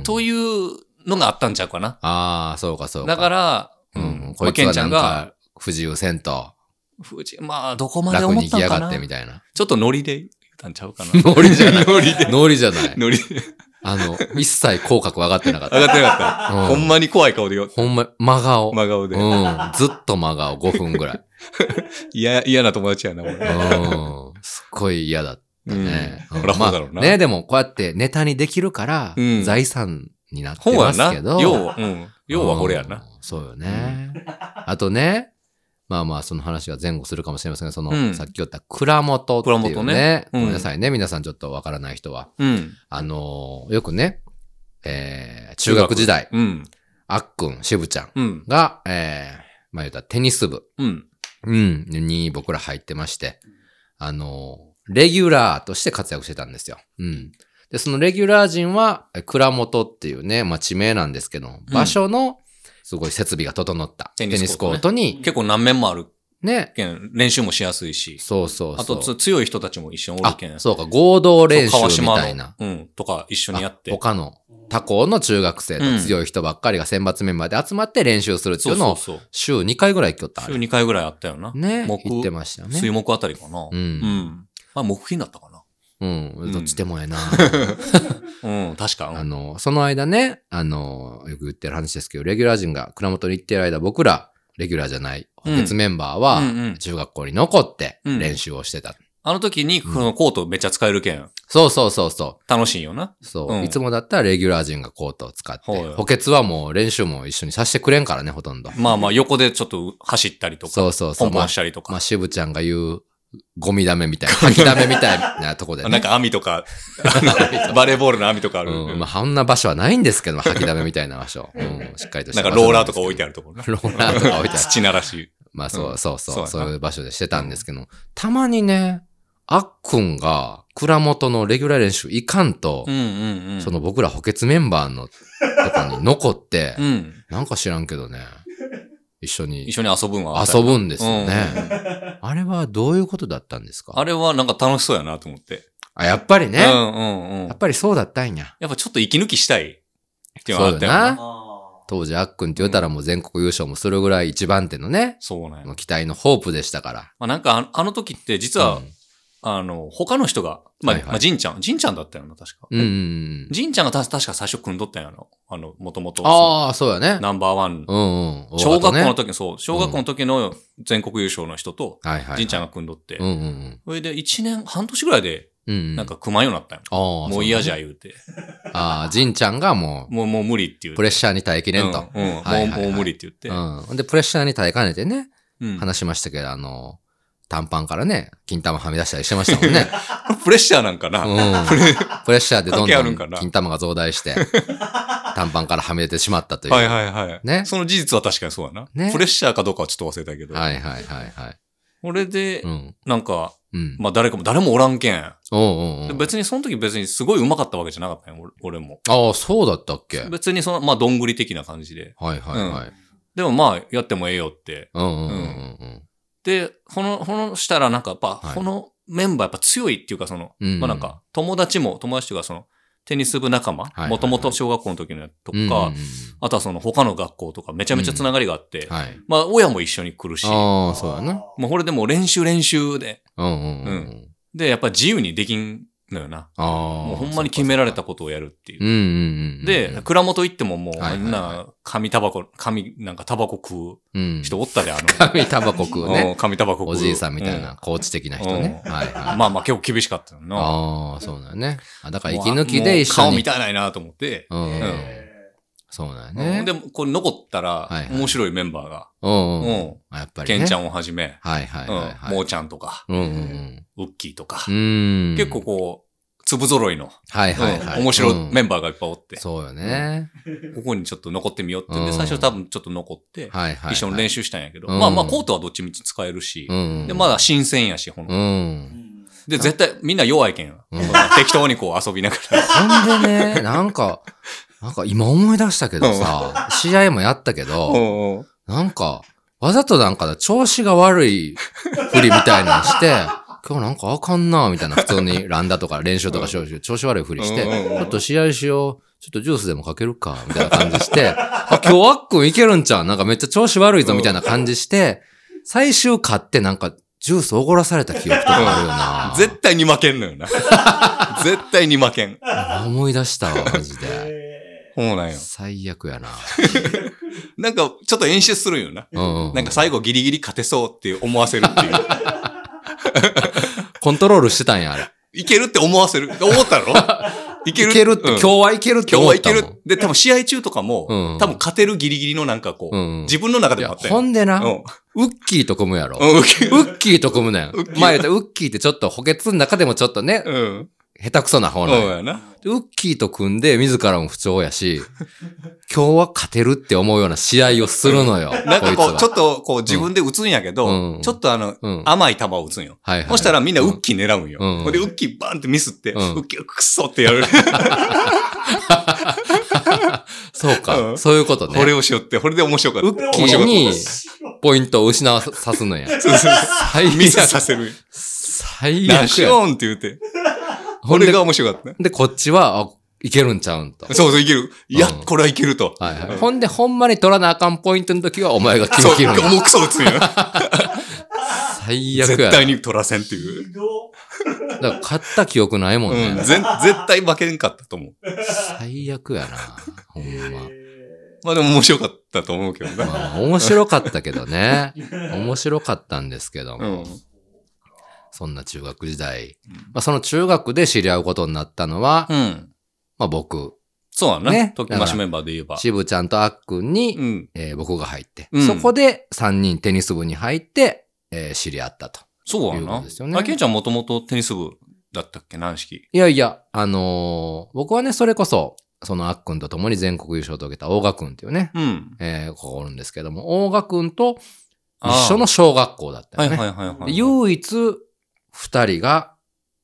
というのがあったんちゃうかな。 そうかそうか。 だから、 こいつはなんか、不自由せんと。 まあ、どこまで思ったのかな。楽に行きやがってみたいな。ちょっとノリで言ったんちゃうかな。 ノリじゃない。ノリじゃない。 ノリで。 一切口角上がってなかった。 上がってなかった。ほんまに怖い顔で言う。 ほんま、真顔。 真顔で。 ずっと真顔、5分ぐらい。 嫌な友達やな、俺。 すっごい嫌だったね。 ほら、だろうな。 ね、でもこうやってネタにできるから、財産になってますけど。 要はこれやな。 そうよね。あとね、まあまあ、その話が前後するかもしれませんが、さっき言った蔵元っていうね。ごめんなさいね。皆さんちょっとわからない人は。よくね、中学時代、あっくん、しぶちゃんが、まあ言ったらテニス部に僕ら入ってまして、レギュラーとして活躍してたんですよ。で、そのレギュラー陣は、蔵元っていうね、まあ地名なんですけど、場所の、すごい設備が整ったテニスコートに。 結構何面もある。 ね。 練習もしやすいし。 そう。 あと強い人たちも一緒におるけん。 そうか、合同練習みたいな。 とか一緒にやって。 他の他校の中学生と強い人ばっかりが選抜メンバーで集まって練習するっていうのを週2回ぐらい行きよった。 週2回ぐらいあったよな。 ね。行ってましたよね。 水木あたりかな。まあ木金だったかな。 どっちでもええな。 確か。 その間ね、よく言ってる話ですけど、レギュラー陣が蔵元に行ってる間、僕ら、レギュラーじゃない、補欠メンバーは、中学校に残って練習をしてた。 あの時に、このコートめっちゃ使えるけん。 そう。 楽しいよな。 そう。いつもだったらレギュラー陣がコートを使って、補欠はもう練習も一緒にさせてくれんからね、ほとんど。 まあまあ、横でちょっと走ったりとか。ポンポンしたりとか。 まあ、渋ちゃんが言う、ゴミダメみたいな、吐きダメみたいなとこでね。 なんか網とか、バレーボールの網とかある。 まあ、あんな場所はないんですけど、吐きダメみたいな場所。しっかりとした。 なんかローラーとか置いてあるところ。 ローラーとか置いてある。 土ならし。 まあ、そういう場所でしてたんですけど、たまにね、あっくんが蔵元のレギュラー練習行かんと、その僕ら補欠メンバーのとこに残って、なんか知らんけどね、一緒に遊ぶんですよね。あれはどういうことだったんですか？ あれはなんか楽しそうやなと思って。 あ、やっぱりね。やっぱりそうだったんや。 やっぱちょっと息抜きしたいっていうのがあったよな。 当時あっくんって言ったらもう全国優勝もするぐらい一番手のね。 そうなんや。 期待のホープでしたから。 まあなんかあの時って実は、他の人が、まあ、ジンちゃんだったよな、確か。ジンちゃんが確か最初組んどったんやの。もともと。 ああ、そうやね。 ナンバーワン。小学校の時、小学校の時の全国優勝の人と、ジンちゃんが組んどって。それで半年ぐらいで、なんか組まんようになったんよ。もう嫌じゃ言うて。 ああ、ジンちゃんがもう無理って言うて。 プレッシャーに耐えきれんと。 もう無理って言って。 で、プレッシャーに耐えかねてね、話しましたけど、短パンからね、金玉はみ出したりしてましたもんね。 プレッシャーなんかな、 プレッシャーでどんどん金玉が増大して、短パンからはみ出てしまったという。 ね。その事実は確かにそうやな。プレッシャーかどうかはちょっと忘れたけど。これで、なんか、まあ誰もおらんけん。別にその時すごい上手かったわけじゃなかったよ、俺も。 ああ、そうだったっけ？ 別にまあどんぐり的な感じで。でもまあやってもええよって。で、したらなんかやっぱ、このメンバーやっぱ強いっていうかまあなんか、友達というかテニス部仲間、もともと小学校の時のとか、あとは他の学校とかめちゃめちゃつながりがあって、まあ親も一緒に来るし、 そうやな。 もうこれでもう練習で、で、やっぱ自由にできんのよな。もうほんまに決められたことをやるっていう。で、蔵元行ってももう、みんな、なんかタバコ食う人おったで、 紙タバコ食うね。 紙タバコ食う。 おじいさんみたいな、コーチ的な人ね。 まあまあ結構厳しかったよな。 ああ、そうだよね。だから息抜きで一緒に。 顔見たないなと思って。 そうだよね。 でも、これ残ったら、面白いメンバーが。 やっぱり。 ケンちゃんをはじめ。モーちゃんとか。ウッキーとか。結構こう、粒揃いの。面白いメンバーがいっぱいおって。 そうよね。 ここにちょっと残ってみようって。で、最初多分ちょっと残って、一緒に練習したんやけど。まあまあ、コートはどっちみち使えるし。で、まだ新鮮やし、で、絶対みんな弱いけん。適当にこう遊びながら。 ほんでね、なんか今思い出したけどさ、試合もやったけど、なんか、わざとなんか調子が悪いふりみたいなのして、今日なんかあかんなみたいな、普通にランダとか練習とか調子悪いふりして、ちょっと試合しよう、ちょっとジュースでもかけるか、みたいな感じして、今日あっくんいけるんちゃう？なんかめっちゃ調子悪いぞみたいな感じして、最終勝ってなんかジュースおごらされた記憶とかあるよな。 絶対に負けんのよな。絶対に負けん。 思い出したわ、マジで。 そうなんよ。 最悪やな。 なんか、ちょっと演出するんよな。なんか最後ギリギリ勝てそうって思わせるっていう。 コントロールしてたんや、あれ。 いけるって思わせる。思ったろ？いけるって、今日はいけるって思ったもん。今日はいける。 で、多分試合中とかも、多分勝てるギリギリのなんかこう、自分の中でもあったよ。 ほんでな、ウッキーと組むやろ。ウッキーと組むねん。前言ったウッキーってちょっと補欠の中でもちょっとね、下手くそな方なんやな。ウッキーと組んで自らも不調やし、今日は勝てるって思うような試合をするのよ。 なんかこう、ちょっとこう自分で打つんやけど、ちょっと甘い球を打つんよ。そしたらみんなウッキー狙うんよ。で、ウッキーバーンってミスって、ウッキークソってやる。 そうか、そういうことね。 これをしよって、これで面白かった。 ウッキーにポイントを失わさすのや。 ミスさせる。 最悪や。 ナショーンって言うて。これが面白かったね。 で、こっちは、いけるんちゃうんと。 そう、いける。いや、これはいけると。 ほんで、ほんまに取らなあかんポイントの時は、お前が決めきるんや。 そう、重くそ打つんや。 最悪や。 絶対に取らせんっていう。 だから、勝った記憶ないもんね。 絶対負けんかったと思う。 最悪やな。ほんま。 まあでも面白かったと思うけどね。 まあ、面白かったけどね。面白かったんですけども。そんな中学時代。まあ、その中学で知り合うことになったのは、まあ僕。 そうだね。時増しメンバーで言えば。 渋ちゃんとあっくんに、僕が入って、そこで3人テニス部に入って、知り合ったと。 そうやな。ですよね。ケンちゃんもともとテニス部だったっけ？軟式。 いやいや、僕はね、それこそ、そのあっくんと共に全国優勝を遂げた大賀くんっていうね、ここおるんですけども、大賀くんと一緒の小学校だったよね。唯一、2人が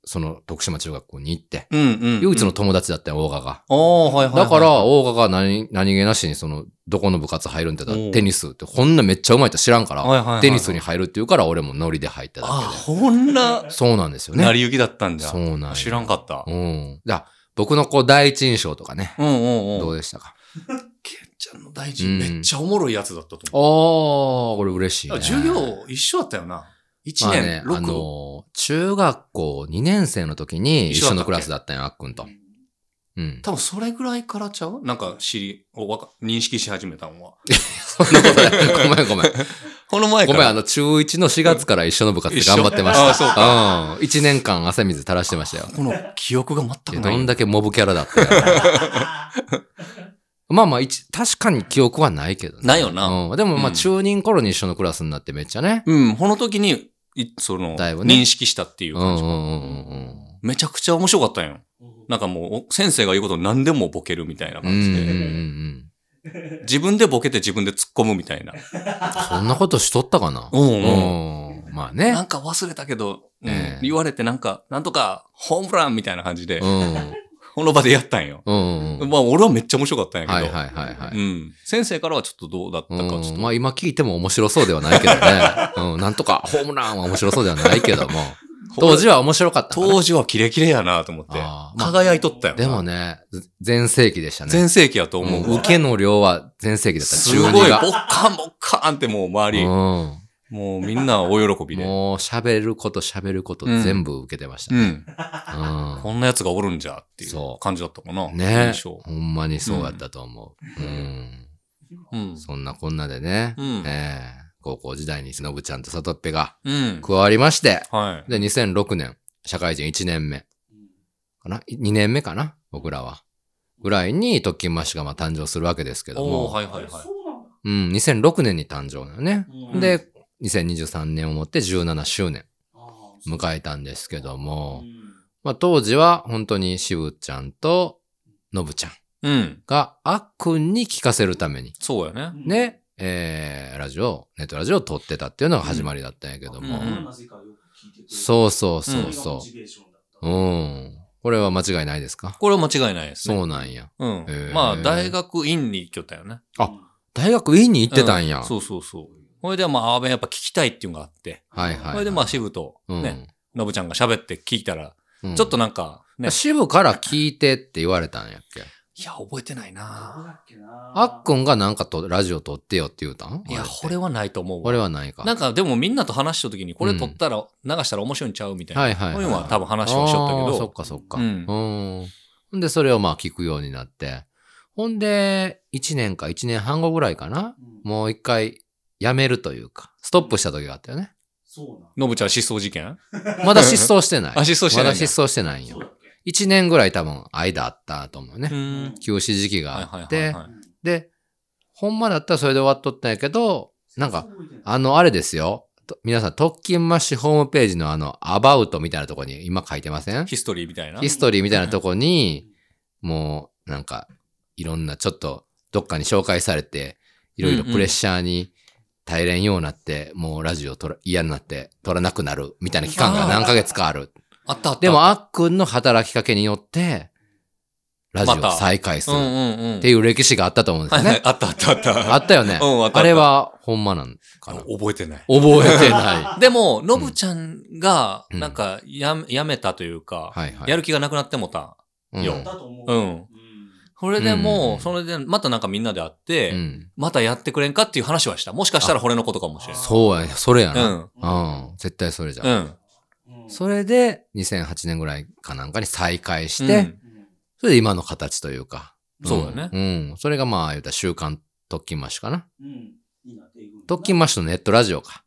その徳島中学校に行って、 うんうん。 唯一の友達だったよ、大賀が。 はいはい。 だから、大賀が何気なしにどこの部活入るんって言ったら、テニスって、こんなめっちゃうまいって知らんから、テニスに入るって言うから、俺もノリで入っただけで。 こんな。 そうなんですよね。 成り行きだったんだ。 そうなん知らんかった。 うん。じゃあ、僕の第一印象とかね。どうでしたか？ ケンちゃんの第一めっちゃおもろいやつだったと思う。 これ嬉しいね。 授業一緒だったよな。1年、 6。中学校2年生の時に一緒のクラスだったよ、あっくんと。うん。 多分それぐらいからちゃう？なんか認識し始めたのは。 そんなことない。ごめん。 この前から。 ごめん、中1の4月から一緒の部活で頑張ってました。 そうか。 1年間汗水垂らしてましたよ。 この記憶が全くない。 どんだけモブキャラだったよ。まあ、確かに記憶はないけどね。 ないよな。 でも中2頃に一緒のクラスになってめっちゃね。 この時に、だいぶね、認識したっていう感じ。めちゃくちゃ面白かったんよ。なんかもう、先生が言うこと何でもボケるみたいな感じで。自分でボケて自分で突っ込むみたいな。 そんなことしとったかな？まあね。 なんか忘れたけど、言われてなんとかホームランみたいな感じで、この場でやったんよ。まあ俺はめっちゃ面白かったんやけど。先生からはちょっとどうだったかちょっと。 まあ今聞いても面白そうではないけどね。なんとかホームランは面白そうではないけども。当時は面白かった。 当時はキレキレやなと思って。輝いとったよ。 でもね、全盛期でしたね。 全盛期やと思う。 受けの量は全盛期だった。 すごい、ボッカンってもう周り。もうみんな大喜びで。 もう喋ること全部受けてましたね。 こんな奴がおるんじゃっていう感じだったかな。 ね。ほんまにそうやったと思う。そんなこんなでね。高校時代にのぶちゃんとさとっぺが加わりまして。で、2006年、社会人1年目。かな ?2 年目かな僕らは。ぐらいに特勤マッシュが誕生するわけですけども。2006年に誕生だよね。で、2023年をもって17周年迎えたんですけども、当時は本当にしぶちゃんとのぶちゃんがあっくんに聞かせるために。 そうやね。 ね、ネットラジオを撮ってたっていうのが始まりだったんやけども。そう。これは間違いないですか？ これは間違いないですね。 そうなんや。 まあ、大学院に行きよったよね。 大学院に行ってたんや。 そう。これでやっぱ聞きたいっていうのがあって。これでしぶと、ね、のぶちゃんが喋って聞いたら、ちょっとなんか、ね。 しぶから聞いてって言われたんやっけ？ いや、覚えてないな。 あっくんがなんかラジオ撮ってよって言うたん？ いや、これはないと思う。 これはないか。 なんかでもみんなと話した時に、これ撮ったら、流したら面白いんちゃうみたいな。そういうのは多分話をしとったけど。 そっか。ほんで、それを聞くようになって。ほんで、1年半後ぐらいかな。もう一回、辞めるというか、ストップした時があったよね。 のぶちゃん失踪事件？ まだ失踪してない。 失踪してない。 まだ失踪してないんよ。1年ぐらい多分間あったと思うね。休止時期があって。で、ほんまだったらそれで終わっとったんやけど、なんか、あれですよ。皆さん、特勤マッシュホームページのアバウトみたいなとこに今書いてません？ ヒストリーみたいな。 ヒストリーみたいなとこに、もう、なんか、いろんなちょっと、どっかに紹介されて、いろいろプレッシャーに耐えれんようになって、もうラジオ嫌になって撮らなくなるみたいな期間が何ヶ月かある。でも、あっくんの働きかけによって、ラジオを再開するっていう歴史があったと思うんですよね。 あった。 あったよね。あれはほんまなんかな。 覚えてない。でも、のぶちゃんが、なんか、やめたというか、やる気がなくなってもたよ。それでもう、それで、またなんかみんなで会って、またやってくれんかっていう話はした。もしかしたらこれのことかもしれない。 そうやね。それやな。絶対それじゃん。それで、2008年ぐらいかなんかに再開して、それで今の形というか。 そうだね。 それが言うたら週刊特勤マッシュかな。特勤マッシュのネットラジオか。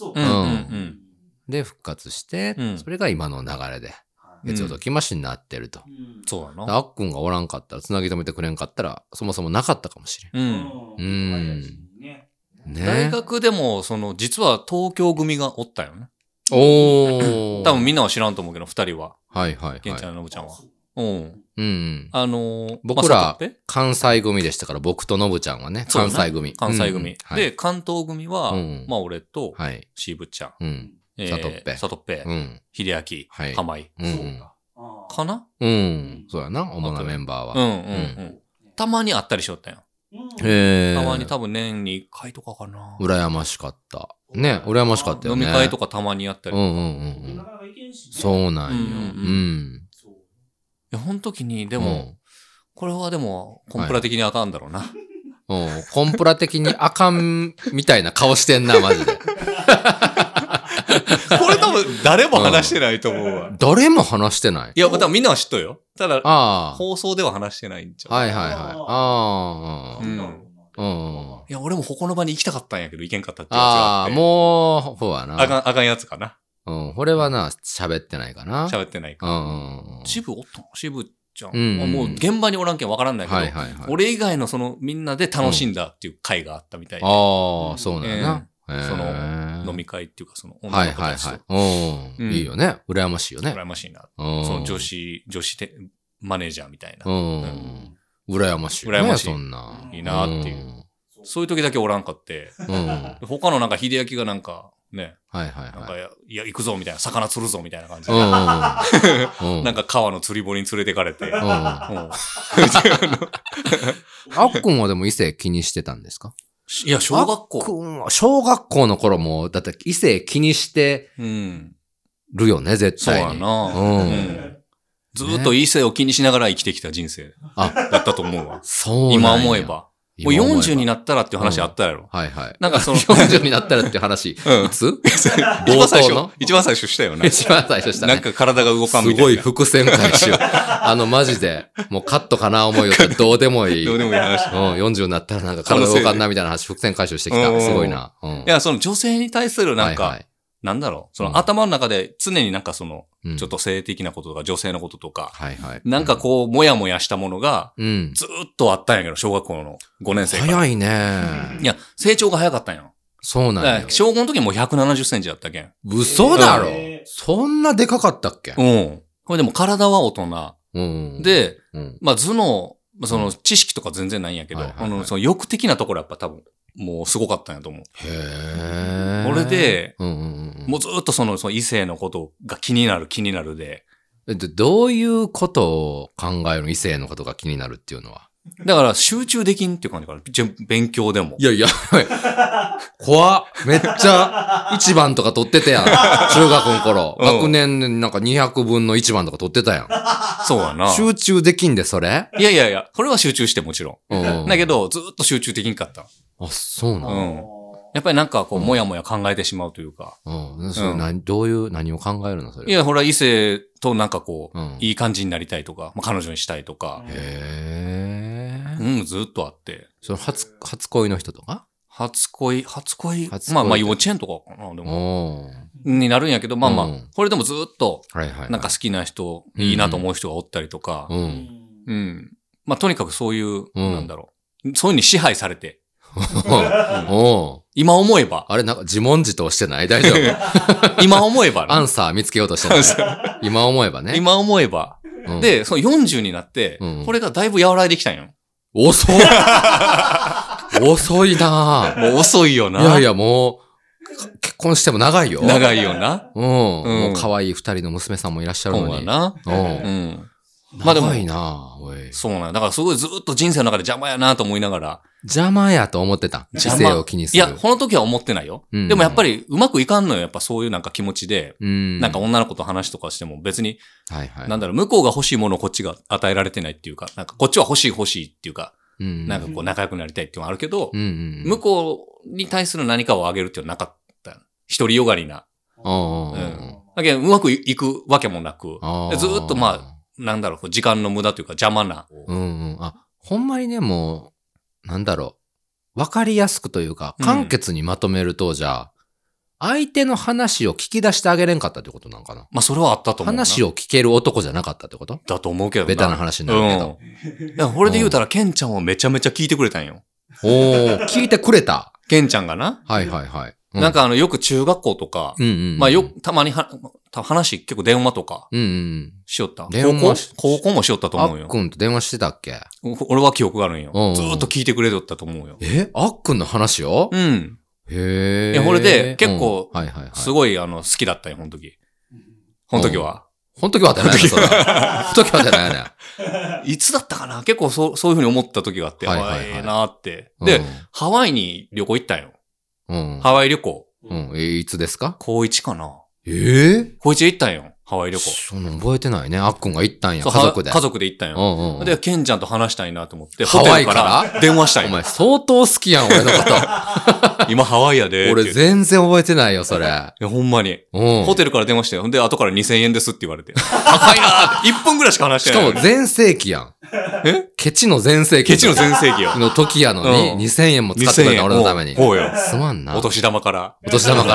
で、復活して、それが今の流れで、月曜特勤マッシュになってると。 そうだな。 あっくんがおらんかったら、つなぎ止めてくれんかったら、そもそもなかったかもしれん。 大学でも、実は東京組がおったよね。多分みんなは知らんと思うけど、二人は。ケンちゃん、のぶちゃんは。 僕ら、関西組でしたから、僕とのぶちゃんはね、関西組。 関西組。で、関東組は、俺と、しぶちゃん。 サトッペ、秀明、玉井。かな？ そうやな、主なメンバーは。 たまに会ったりしよったよ。たまに多分年に1回とかかな。 羨ましかった。ね、羨ましかったよね。 飲み会とかたまにやったり。 そうなんよ。 いや、ほんときに、でも、これはでも、コンプラ的にあかんだろうな。 コンプラ的にあかんみたいな顔してんな、マジで。 これ多分誰も話してないと思うわ。 誰も話してない？ いや、多分みんなは知っとるよ。ただ、放送では話してないんちゃう。 はいはいはい。 いや、俺もここの場に行きたかったんやけど、行けんかったってやつがあって。 もう、そうやな。 あかんやつかな。 これはな、喋ってないかな。 喋ってないか。渋おったの？渋ちゃん。もう現場におらんけんわからんないけど、俺以外のそのみんなで楽しんだっていう会があったみたいで。 そうなんやな。 その飲み会っていうかその女の子たちと。 いいよね。羨ましいよね。 羨ましいな。その女子マネージャーみたいな。 羨ましい。 羨ましい。 そんな。 いいなっていう。そういう時だけおらんかって。他のなんか秀明がなんか、ね。なんか、いや、行くぞみたいな、魚釣るぞみたいな感じで。なんか川の釣り堀に連れてかれて。あっくんはでも異性気にしてたんですか？ いや、小学校の頃も、だって異性気にしてるよね、絶対に。 そうやな。ずっと異性を気にしながら生きてきた人生だったと思うわ。今思えば。もう40になったらっていう話あったやろ。なんかその 40になったらっていう話。いつ？ 一番最初したよね。 一番最初したね。 なんか体が動かんみたいな。 すごい伏線回収。マジで、もうカットかな思いよってどうでもいい。 どうでもいい話。 40になったらなんか体動かんなみたいな話、伏線回収してきた。すごいな。 いや、その女性に対するなんか、なんだろう。その頭の中で常になんかその、ちょっと性的なこととか女性のこととか、なんかこう、もやもやしたものが、ずっとあったんやけど、小学校の5年生から。 早いね。 いや、成長が早かったんや。 そうなんや。 小5の時も170センチだったけん。 嘘だろ。そんなでかかったっけ？ これでも体は大人。で、まあ頭脳、その知識とか全然ないんやけど、その欲的なところやっぱ多分、もうすごかったんやと思う。俺で、もうずっとその異性のことが気になるで。 どういうことを考えるの？異性のことが気になるっていうのは。 だから集中できんっていう感じかな。勉強でも。 いや、怖っ。めっちゃ1番とか取ってたやん。中学の頃。学年なんか200分の1番とか取ってたやん。 そうやな。 集中できんで、それ？ いや、これは集中してもちろん。だけど、ずっと集中できんかった。 あ、そうなの？やっぱりなんかこう、もやもや考えてしまうというか。 どういう、何を考えるのそれ？ いや、ほら、異性となんかこう、いい感じになりたいとか、彼女にしたいとか。ずっとあって。 その初恋の人とか？ 初恋。まあ幼稚園とかかな、でも。になるんやけど、まあ、これでもずっと、なんか好きな人、いいなと思う人がおったりとか。まあとにかくそういう、なんだろう。そういうに支配されて。今思えば。 あれ、なんか自問自答してない？大丈夫？今思えばね。 アンサー見つけようとしてない？今思えばね。 今思えば。で、その40になって、これがだいぶ和らいできたんよ。 遅いなぁ。もう遅いよな。 いや、もう、結婚しても長いよ。 長いよな。 もう可愛い2人の娘さんもいらっしゃるのに。 そうだな。まあでも。長いなぁ、おい。 そうなんだからすごいずっと人生の中で邪魔やなと思いながら。 邪魔やと思ってた。異性を気にする。 いや、この時は思ってないよ。でもやっぱりうまくいかんのよ。やっぱそういうなんか気持ちで。なんか女の子と話とかしても別に、なんだろう、向こうが欲しいものをこっちが与えられてないっていうか、なんかこっちは欲しいっていうか、なんかこう仲良くなりたいっていうのがあるけど、向こうに対する何かをあげるっていうのはなかった。独りよがりな。だけどうまくいくわけもなく、ずっとまあ、なんだろう、時間の無駄というか邪魔な。 ほんまにね、もう、なんだろう、わかりやすくというか、簡潔にまとめると、じゃあ、相手の話を聞き出してあげれんかったってことなんかな。 まあ、それはあったと思う。 話を聞ける男じゃなかったってこと？ だと思うけどな。 ベタな話になるけど。 いや、これで言うたら、ケンちゃんはめちゃめちゃ聞いてくれたんよ。 聞いてくれた。 ケンちゃんがな。 はい。 なんかよく中学校とか、まあたまに話結構電話とか、しよった。高校もしよったと思うよ。 あっくんと電話してたっけ？ 俺は記憶があるんよ。ずっと聞いてくれとったと思うよ。 あっくんの話を？ へこれで結構、すごい好きだったよ、ほんとき。ほんときは。 ほんときはってないね、それ。ほんときはってないね。 いつだったかな結構そういうふうに思った時があって、ええなーって。で、ハワイに旅行行ったんよ。ハワイ旅行。 いつですか？ 高1かな。高1で行ったんよ。ハワイ旅行。 そんな覚えてないね。あっくんが行ったんや。家族で。 家族で行ったんよ。で、ケンちゃんと話したいなと思って、 ハワイから電話したんよ。 お前相当好きやん、俺のこと。 今ハワイやで。 俺全然覚えてないよ、それ。いや、ほんまに。ホテルから電話したよ。で、後から2000円ですって言われて。高いなーって。1分ぐらいしか話してない。 しかも全盛期やん。ケチの全盛期。 ケチの全盛期よ。 の時やのに、2000円も使ってくれた俺のために。 ほうよ。 すまんな。 お年玉から。 お年玉から。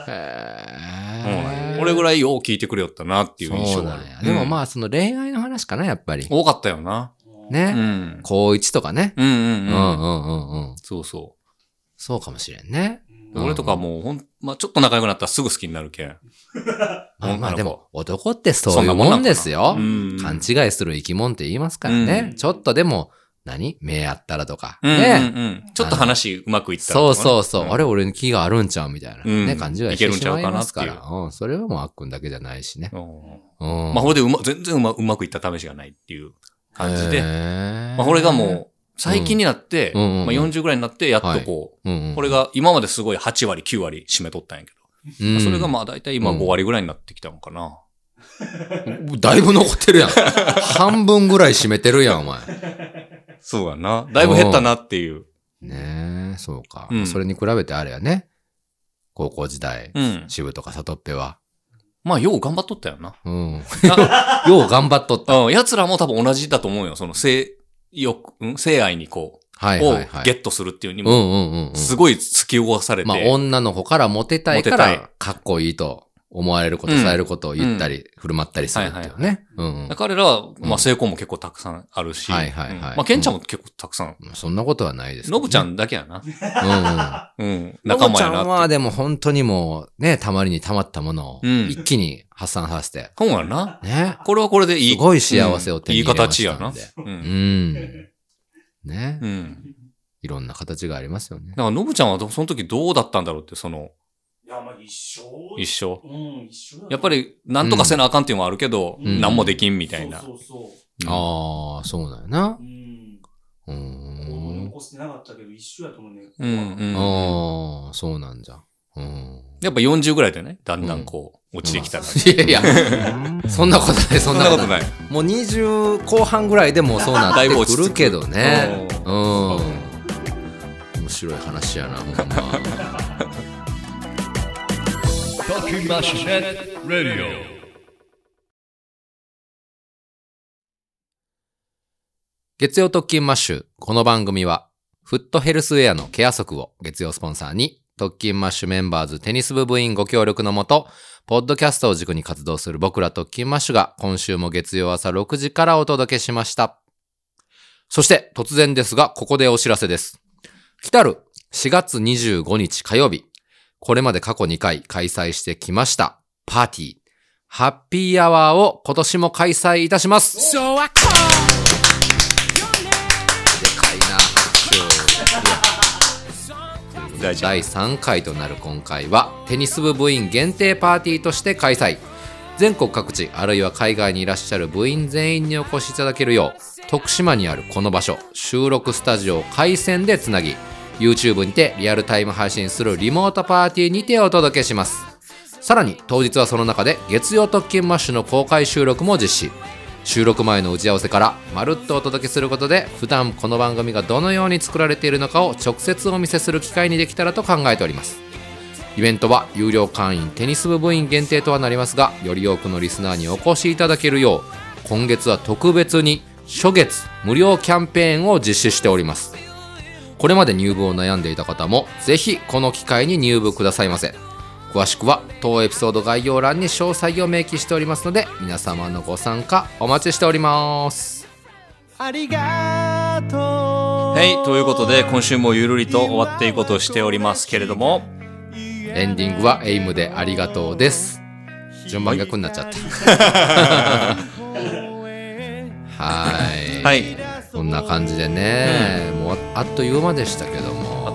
俺ぐらいよう聞いてくれよったなっていう印象がある。 でもまあ、その恋愛の話かな、やっぱり。 多かったよな。 ね。高1とかね。 そうそう。 そうかもしれんね。 俺とかもうまあちょっと仲良くなったらすぐ好きになるけん。 まあでも、男ってそういうもんですよ。勘違いする生き物って言いますからね。ちょっとでも、目あったらとか。ね。 ちょっと話うまくいったら。そう。あれ俺に気があるんちゃうみたいな。ね、感じがしてしまいますから。それはもうあっくんだけじゃないしね。 まあほれで全然うまくいった試しがないっていう感じで。まあこれがもう、最近になって、まあ40ぐらいになって、やっとこう、これが今まですごい8割、9割占めとったんやけど。それがまあ大体今5割ぐらいになってきたのかな。 だいぶ残ってるやん。半分ぐらい占めてるやん、お前。 そうやな。だいぶ減ったなっていう。 ねえ、そうか。それに比べてあれやね。高校時代、渋とか里っぺは。 まあ、よう頑張っとったよな。 よう頑張っとった。 奴らも多分同じだと思うよ。その性愛にこう、をゲットするっていうにも、すごい突き動かされて。 まあ、女の子からモテたいから、かっこいいと。思われること、されることを言ったり、振る舞ったりするっていうね。 彼らは、まあ成功も結構たくさんあるし。まあ、ケンちゃんも結構たくさん。 そんなことはないです。 ノブちゃんだけやな。 仲間やな。ノブちゃんはでも本当にもう、ね、たまりにたまったものを、一気に発散させて。 そうやな。 ね。 これはこれでいい。 すごい幸せを手に入れましたんで。 いい形やな。ね。いろんな形がありますよね。 だからノブちゃんはその時どうだったんだろうって、 いや、まあ一緒。 一緒。やっぱり、なんとかせなあかんっていうのはあるけど、なんもできんみたいな。 ああ、そうだよな。 残してなかったけど、一緒やと思うね。 ああ、そうなんじゃ。 やっぱ40ぐらいでね、だんだんこう、落ちてきたら。 いやいや、そんなことない、そんなことない。もう20後半ぐらいでもうそうなってくるけどね。面白い話やな、ほんま。月曜特勤マッシュ。この番組はフットヘルスウェアのケア足を月曜スポンサーに特勤マッシュメンバーズテニス部部員ご協力のもと、ポッドキャストを軸に活動する僕ら特勤マッシュが今週も月曜朝6時からお届けしました。そして突然ですがここでお知らせです。来たる4月25日火曜日、これまで過去2回開催してきましたパーティー、ハッピーアワーを今年も開催いたします。でかいな、拍手。第3回となる今回はテニス部部員限定パーティーとして開催。全国各地あるいは海外にいらっしゃる部員全員にお越しいただけるよう、徳島にあるこの場所、収録スタジオを回線でつなぎ、YouTube にてリアルタイム配信するリモートパーティーにてお届けします。さらに当日はその中で月曜特勤マッシュの公開収録も実施。収録前の打ち合わせからまるっとお届けすることで、普段この番組がどのように作られているのかを直接お見せする機会にできたらと考えております。イベントは有料会員テニス部部員限定とはなりますが、より多くのリスナーにお越しいただけるよう、今月は特別に初月無料キャンペーンを実施しております。これまで入部を悩んでいた方もぜひこの機会に入部くださいませ。詳しくは当エピソード概要欄に詳細を明記しておりますので、皆様のご参加お待ちしております。ありがとう。 はい、ということで今週もゆるりと終わっていくことをしておりますけれども、 エンディングはエイムでありがとうです。順番逆になっちゃったはい、こんな感じでね、もうあっという間でしたけども、 あ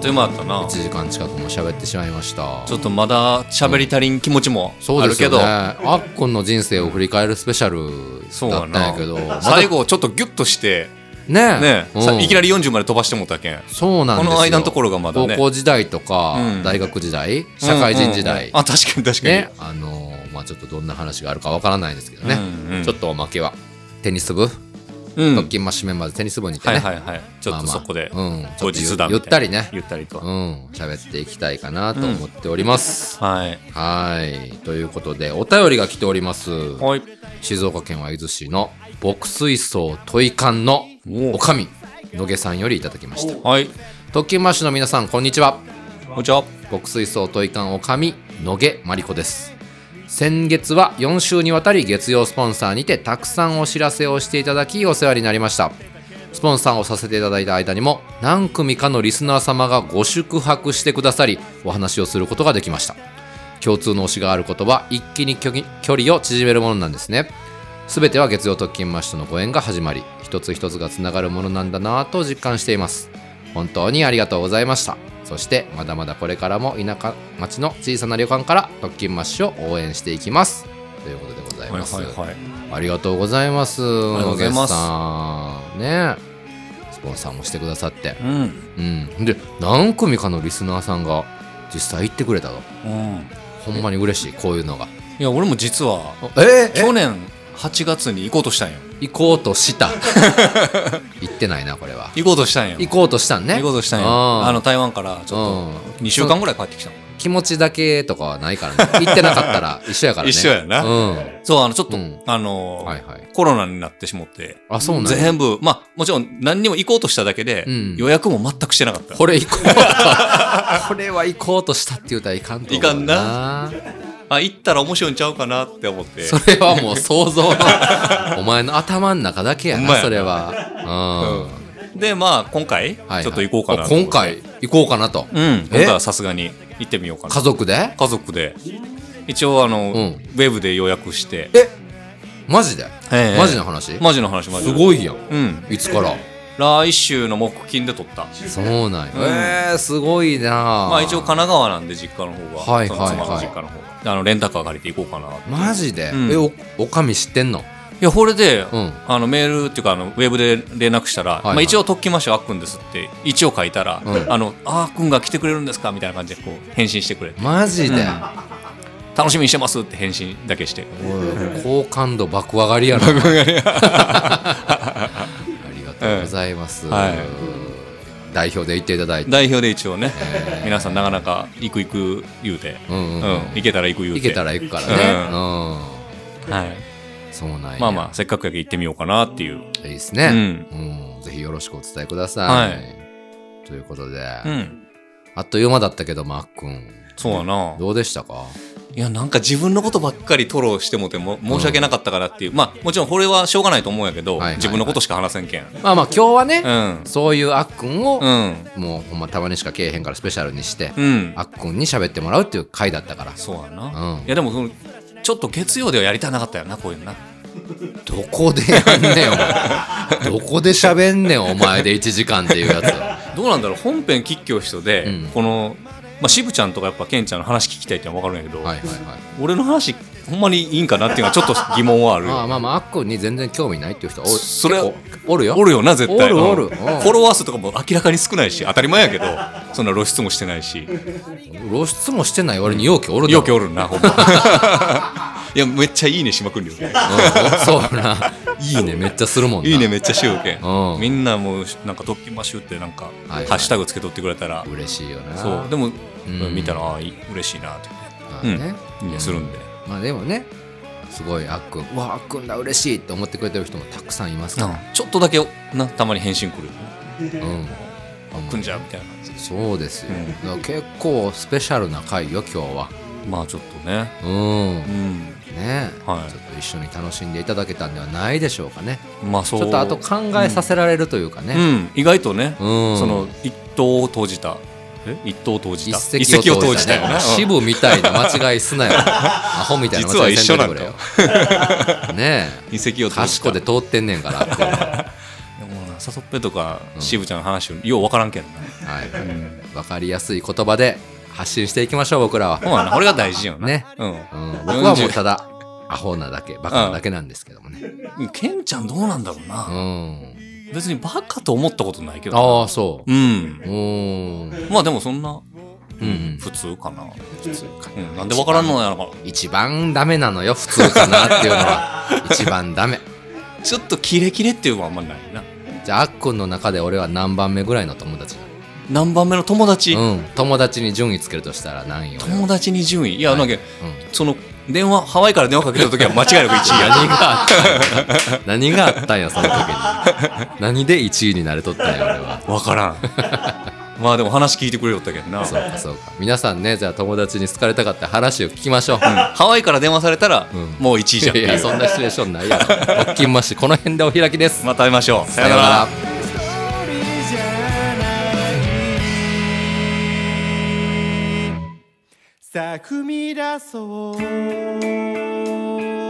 という間だったな。 1時間近くも喋ってしまいました。 ちょっとまだ喋り足りん気持ちもそうあるけど、 ですよね。あっくんの人生を振り返るスペシャルだったんやけど、 最後ちょっとギュッとしてね、 いきなり40まで飛ばしてもったけん。 そうなんですよ。 この間のところがまだね、 高校時代とか、大学時代、社会人時代、 あ、確かに確かに、 ね、まあちょっとどんな話があるかわからないですけどね、ちょっとおまけはテニス部、特勤マッシュメンバーでテニス部に行ってね、 ちょっとそこで後日談ゆったりね、 ゆったりと喋っていきたいかなと思っております。 はいということでお便りが来ております。 はい。 静岡県は伊豆市の牧水槽トイカンのおかみ野毛さんよりいただきました。 はい。 特勤マッシュの皆さんこんにちは。 こんにちは。 牧水槽トイカンおかみ野毛まりこです。先月は4週にわたり月曜スポンサーにてたくさんお知らせをしていただきお世話になりました。スポンサーをさせていただいた間にも何組かのリスナー様がご宿泊してくださりお話をすることができました。共通の推しがあることは一気に距離を縮めるものなんですね。すべては月曜特勤マッシュとのご縁が始まり一つ一つがつながるものなんだなぁと実感しています。本当にありがとうございました。そしてまだまだこれからも田舎町の小さな旅館から特勤マッシュを応援していきますということでございます。ありがとうございます。野毛さんね、スポンサーもしてくださって、で何組かのリスナーさんが実際行ってくれたと、ほんまに嬉しい。こういうのがいや俺も実は去年8月に行こうとしたんよ。 行こうとした行ってないな。これは行こうとしたんよ。 行こうとしたんね。 行こうとしたんよ。台湾からちょっと2週間ぐらい帰ってきたの。 気持ちだけとかはないからね。行ってなかったら一緒やからね。 一緒やな。そうちょっとコロナになってしもって、 そうなん全部もちろん何にも行こうとしただけで予約も全くしてなかった。 これ行こうとこれは行こうとしたって言うたらいかんと思う。 いかんな。行ったら面白いんちゃうかなって思って。 それはもう想像のお前の頭の中だけやなそれは。 で今回ちょっと行こうかなと。 今回行こうかなと。 今回はさすがに行ってみようかな。 家族で一応ウェブで予約して。 マジでマジの話。 マジの話。 すごいやん。いつから。 来週の木金で撮った。 そうなんや。すごいな。 一応神奈川なんで実家の方が、妻の実家の方がレンタカー借りて行こうかな。 マジで。おかみ知ってんの。 いやこれでメールっていうかウェブで連絡したら一応特勤マッシュあっくんですって一応書いたらあっくんが来てくれるんですかみたいな感じでこう返信してくれて。 マジで。 楽しみにしてますって返信だけして。 好感度爆上がりやな。ありがとうございます。代表で言っていただいて。 代表で一応ね、皆さんなかなか行く言うて、行けたら行く言うて。 行けたら行くからね。そうなんや。 せっかくやけ行ってみようかなっていう。 いいですね。ぜひよろしくお伝えください。ということで、あっという間だったけどマックン。 そうやな。 どうでしたか。 いやなんか自分のことばっかり吐露しても申し訳なかったからっていう、もちろんこれはしょうがないと思うんやけど、自分のことしか話せんけん。 今日はね、そういうあっくんをもうほんまたまにしかけえへんからスペシャルにして、あっくんに喋ってもらうっていう回だったから。 そうやな。いやでもちょっと月曜ではやりたなかったよなこういうな。 どこでやんねんお前。どこで喋んねんお前で1時間っていうやつ。 どうなんだろう。本編喫緊人でこの渋ちゃんとかやっぱケンちゃんの話聞きたいってのは分かるんやけど、俺の話ほんまにいいんかなっていうのはちょっと疑問はある。 あっこに全然興味ないっていう人それおるよ。 おるよな絶対。 おる。 フォロワー数とかも明らかに少ないし当たり前やけど、そんな露出もしてないし。 露出もしてない割に容器おるだろ。 容器おるなほんま。いやめっちゃいいねしまくるよね。 そうな。いいねめっちゃするもんな。 いいねめっちゃしようけん。みんなもうなんか特勤マッシュってなんかハッシュタグつけとってくれたら嬉しいよな。 そうでも見たら嬉しいなっていいねするんで。 でもねすごいあっくんあっくんだ嬉しいって思ってくれてる人もたくさんいますから。 ちょっとだけなたまに返信来る。あっくんじゃみたいな。 そうですよ。結構スペシャルな回よ今日は。 ちょっとね。 ね、ちょっと一緒に楽しんでいただけたんではないでしょうかね。 ちょっとあと考えさせられるというかね。 意外とね、その一投を投じた。一石を投じたよな。 支部みたいな間違いすなよ。アホみたいな間違いせんといてくれよ。ねえ。 一石を投じた。 賢で通ってんねんからって。 サソッペとか渋ちゃんの話よう分からんけんな。 はい、分かりやすい言葉で発信していきましょう僕らは。 そうやな、これが大事よな。 ね、僕はもうただアホなだけバカなだけなんですけどもね。 ケンちゃんどうなんだろうな。別にバカと思ったことないけど。 ああそう。 まあでもそんな普通かな。普通かな。なんで分からんのやろか。 一番ダメなのよ普通かなっていうのは。一番ダメ。 ちょっとキレキレっていうのはあんまりないな。 じゃああっくんの中で俺は何番目ぐらいの友達？ 何番目の友達？ 友達に順位つけるとしたら何位？ 友達に順位？いや、なんかそのハワイから電話かけた時は間違いなく1位や。 何があったんやその時に。何で1位になれとったんや俺は。 分からん。まあでも話聞いてくれよったけどな。 そうかそうか。皆さんね、じゃあ友達に好かれたかった話を聞きましょう。 ハワイから電話されたらもう1位じゃん。 いやそんなシチュエーションないやろ。特勤マッシュこの辺でお開きです。 また会いましょう。 さよなら。 さあ踏み出そう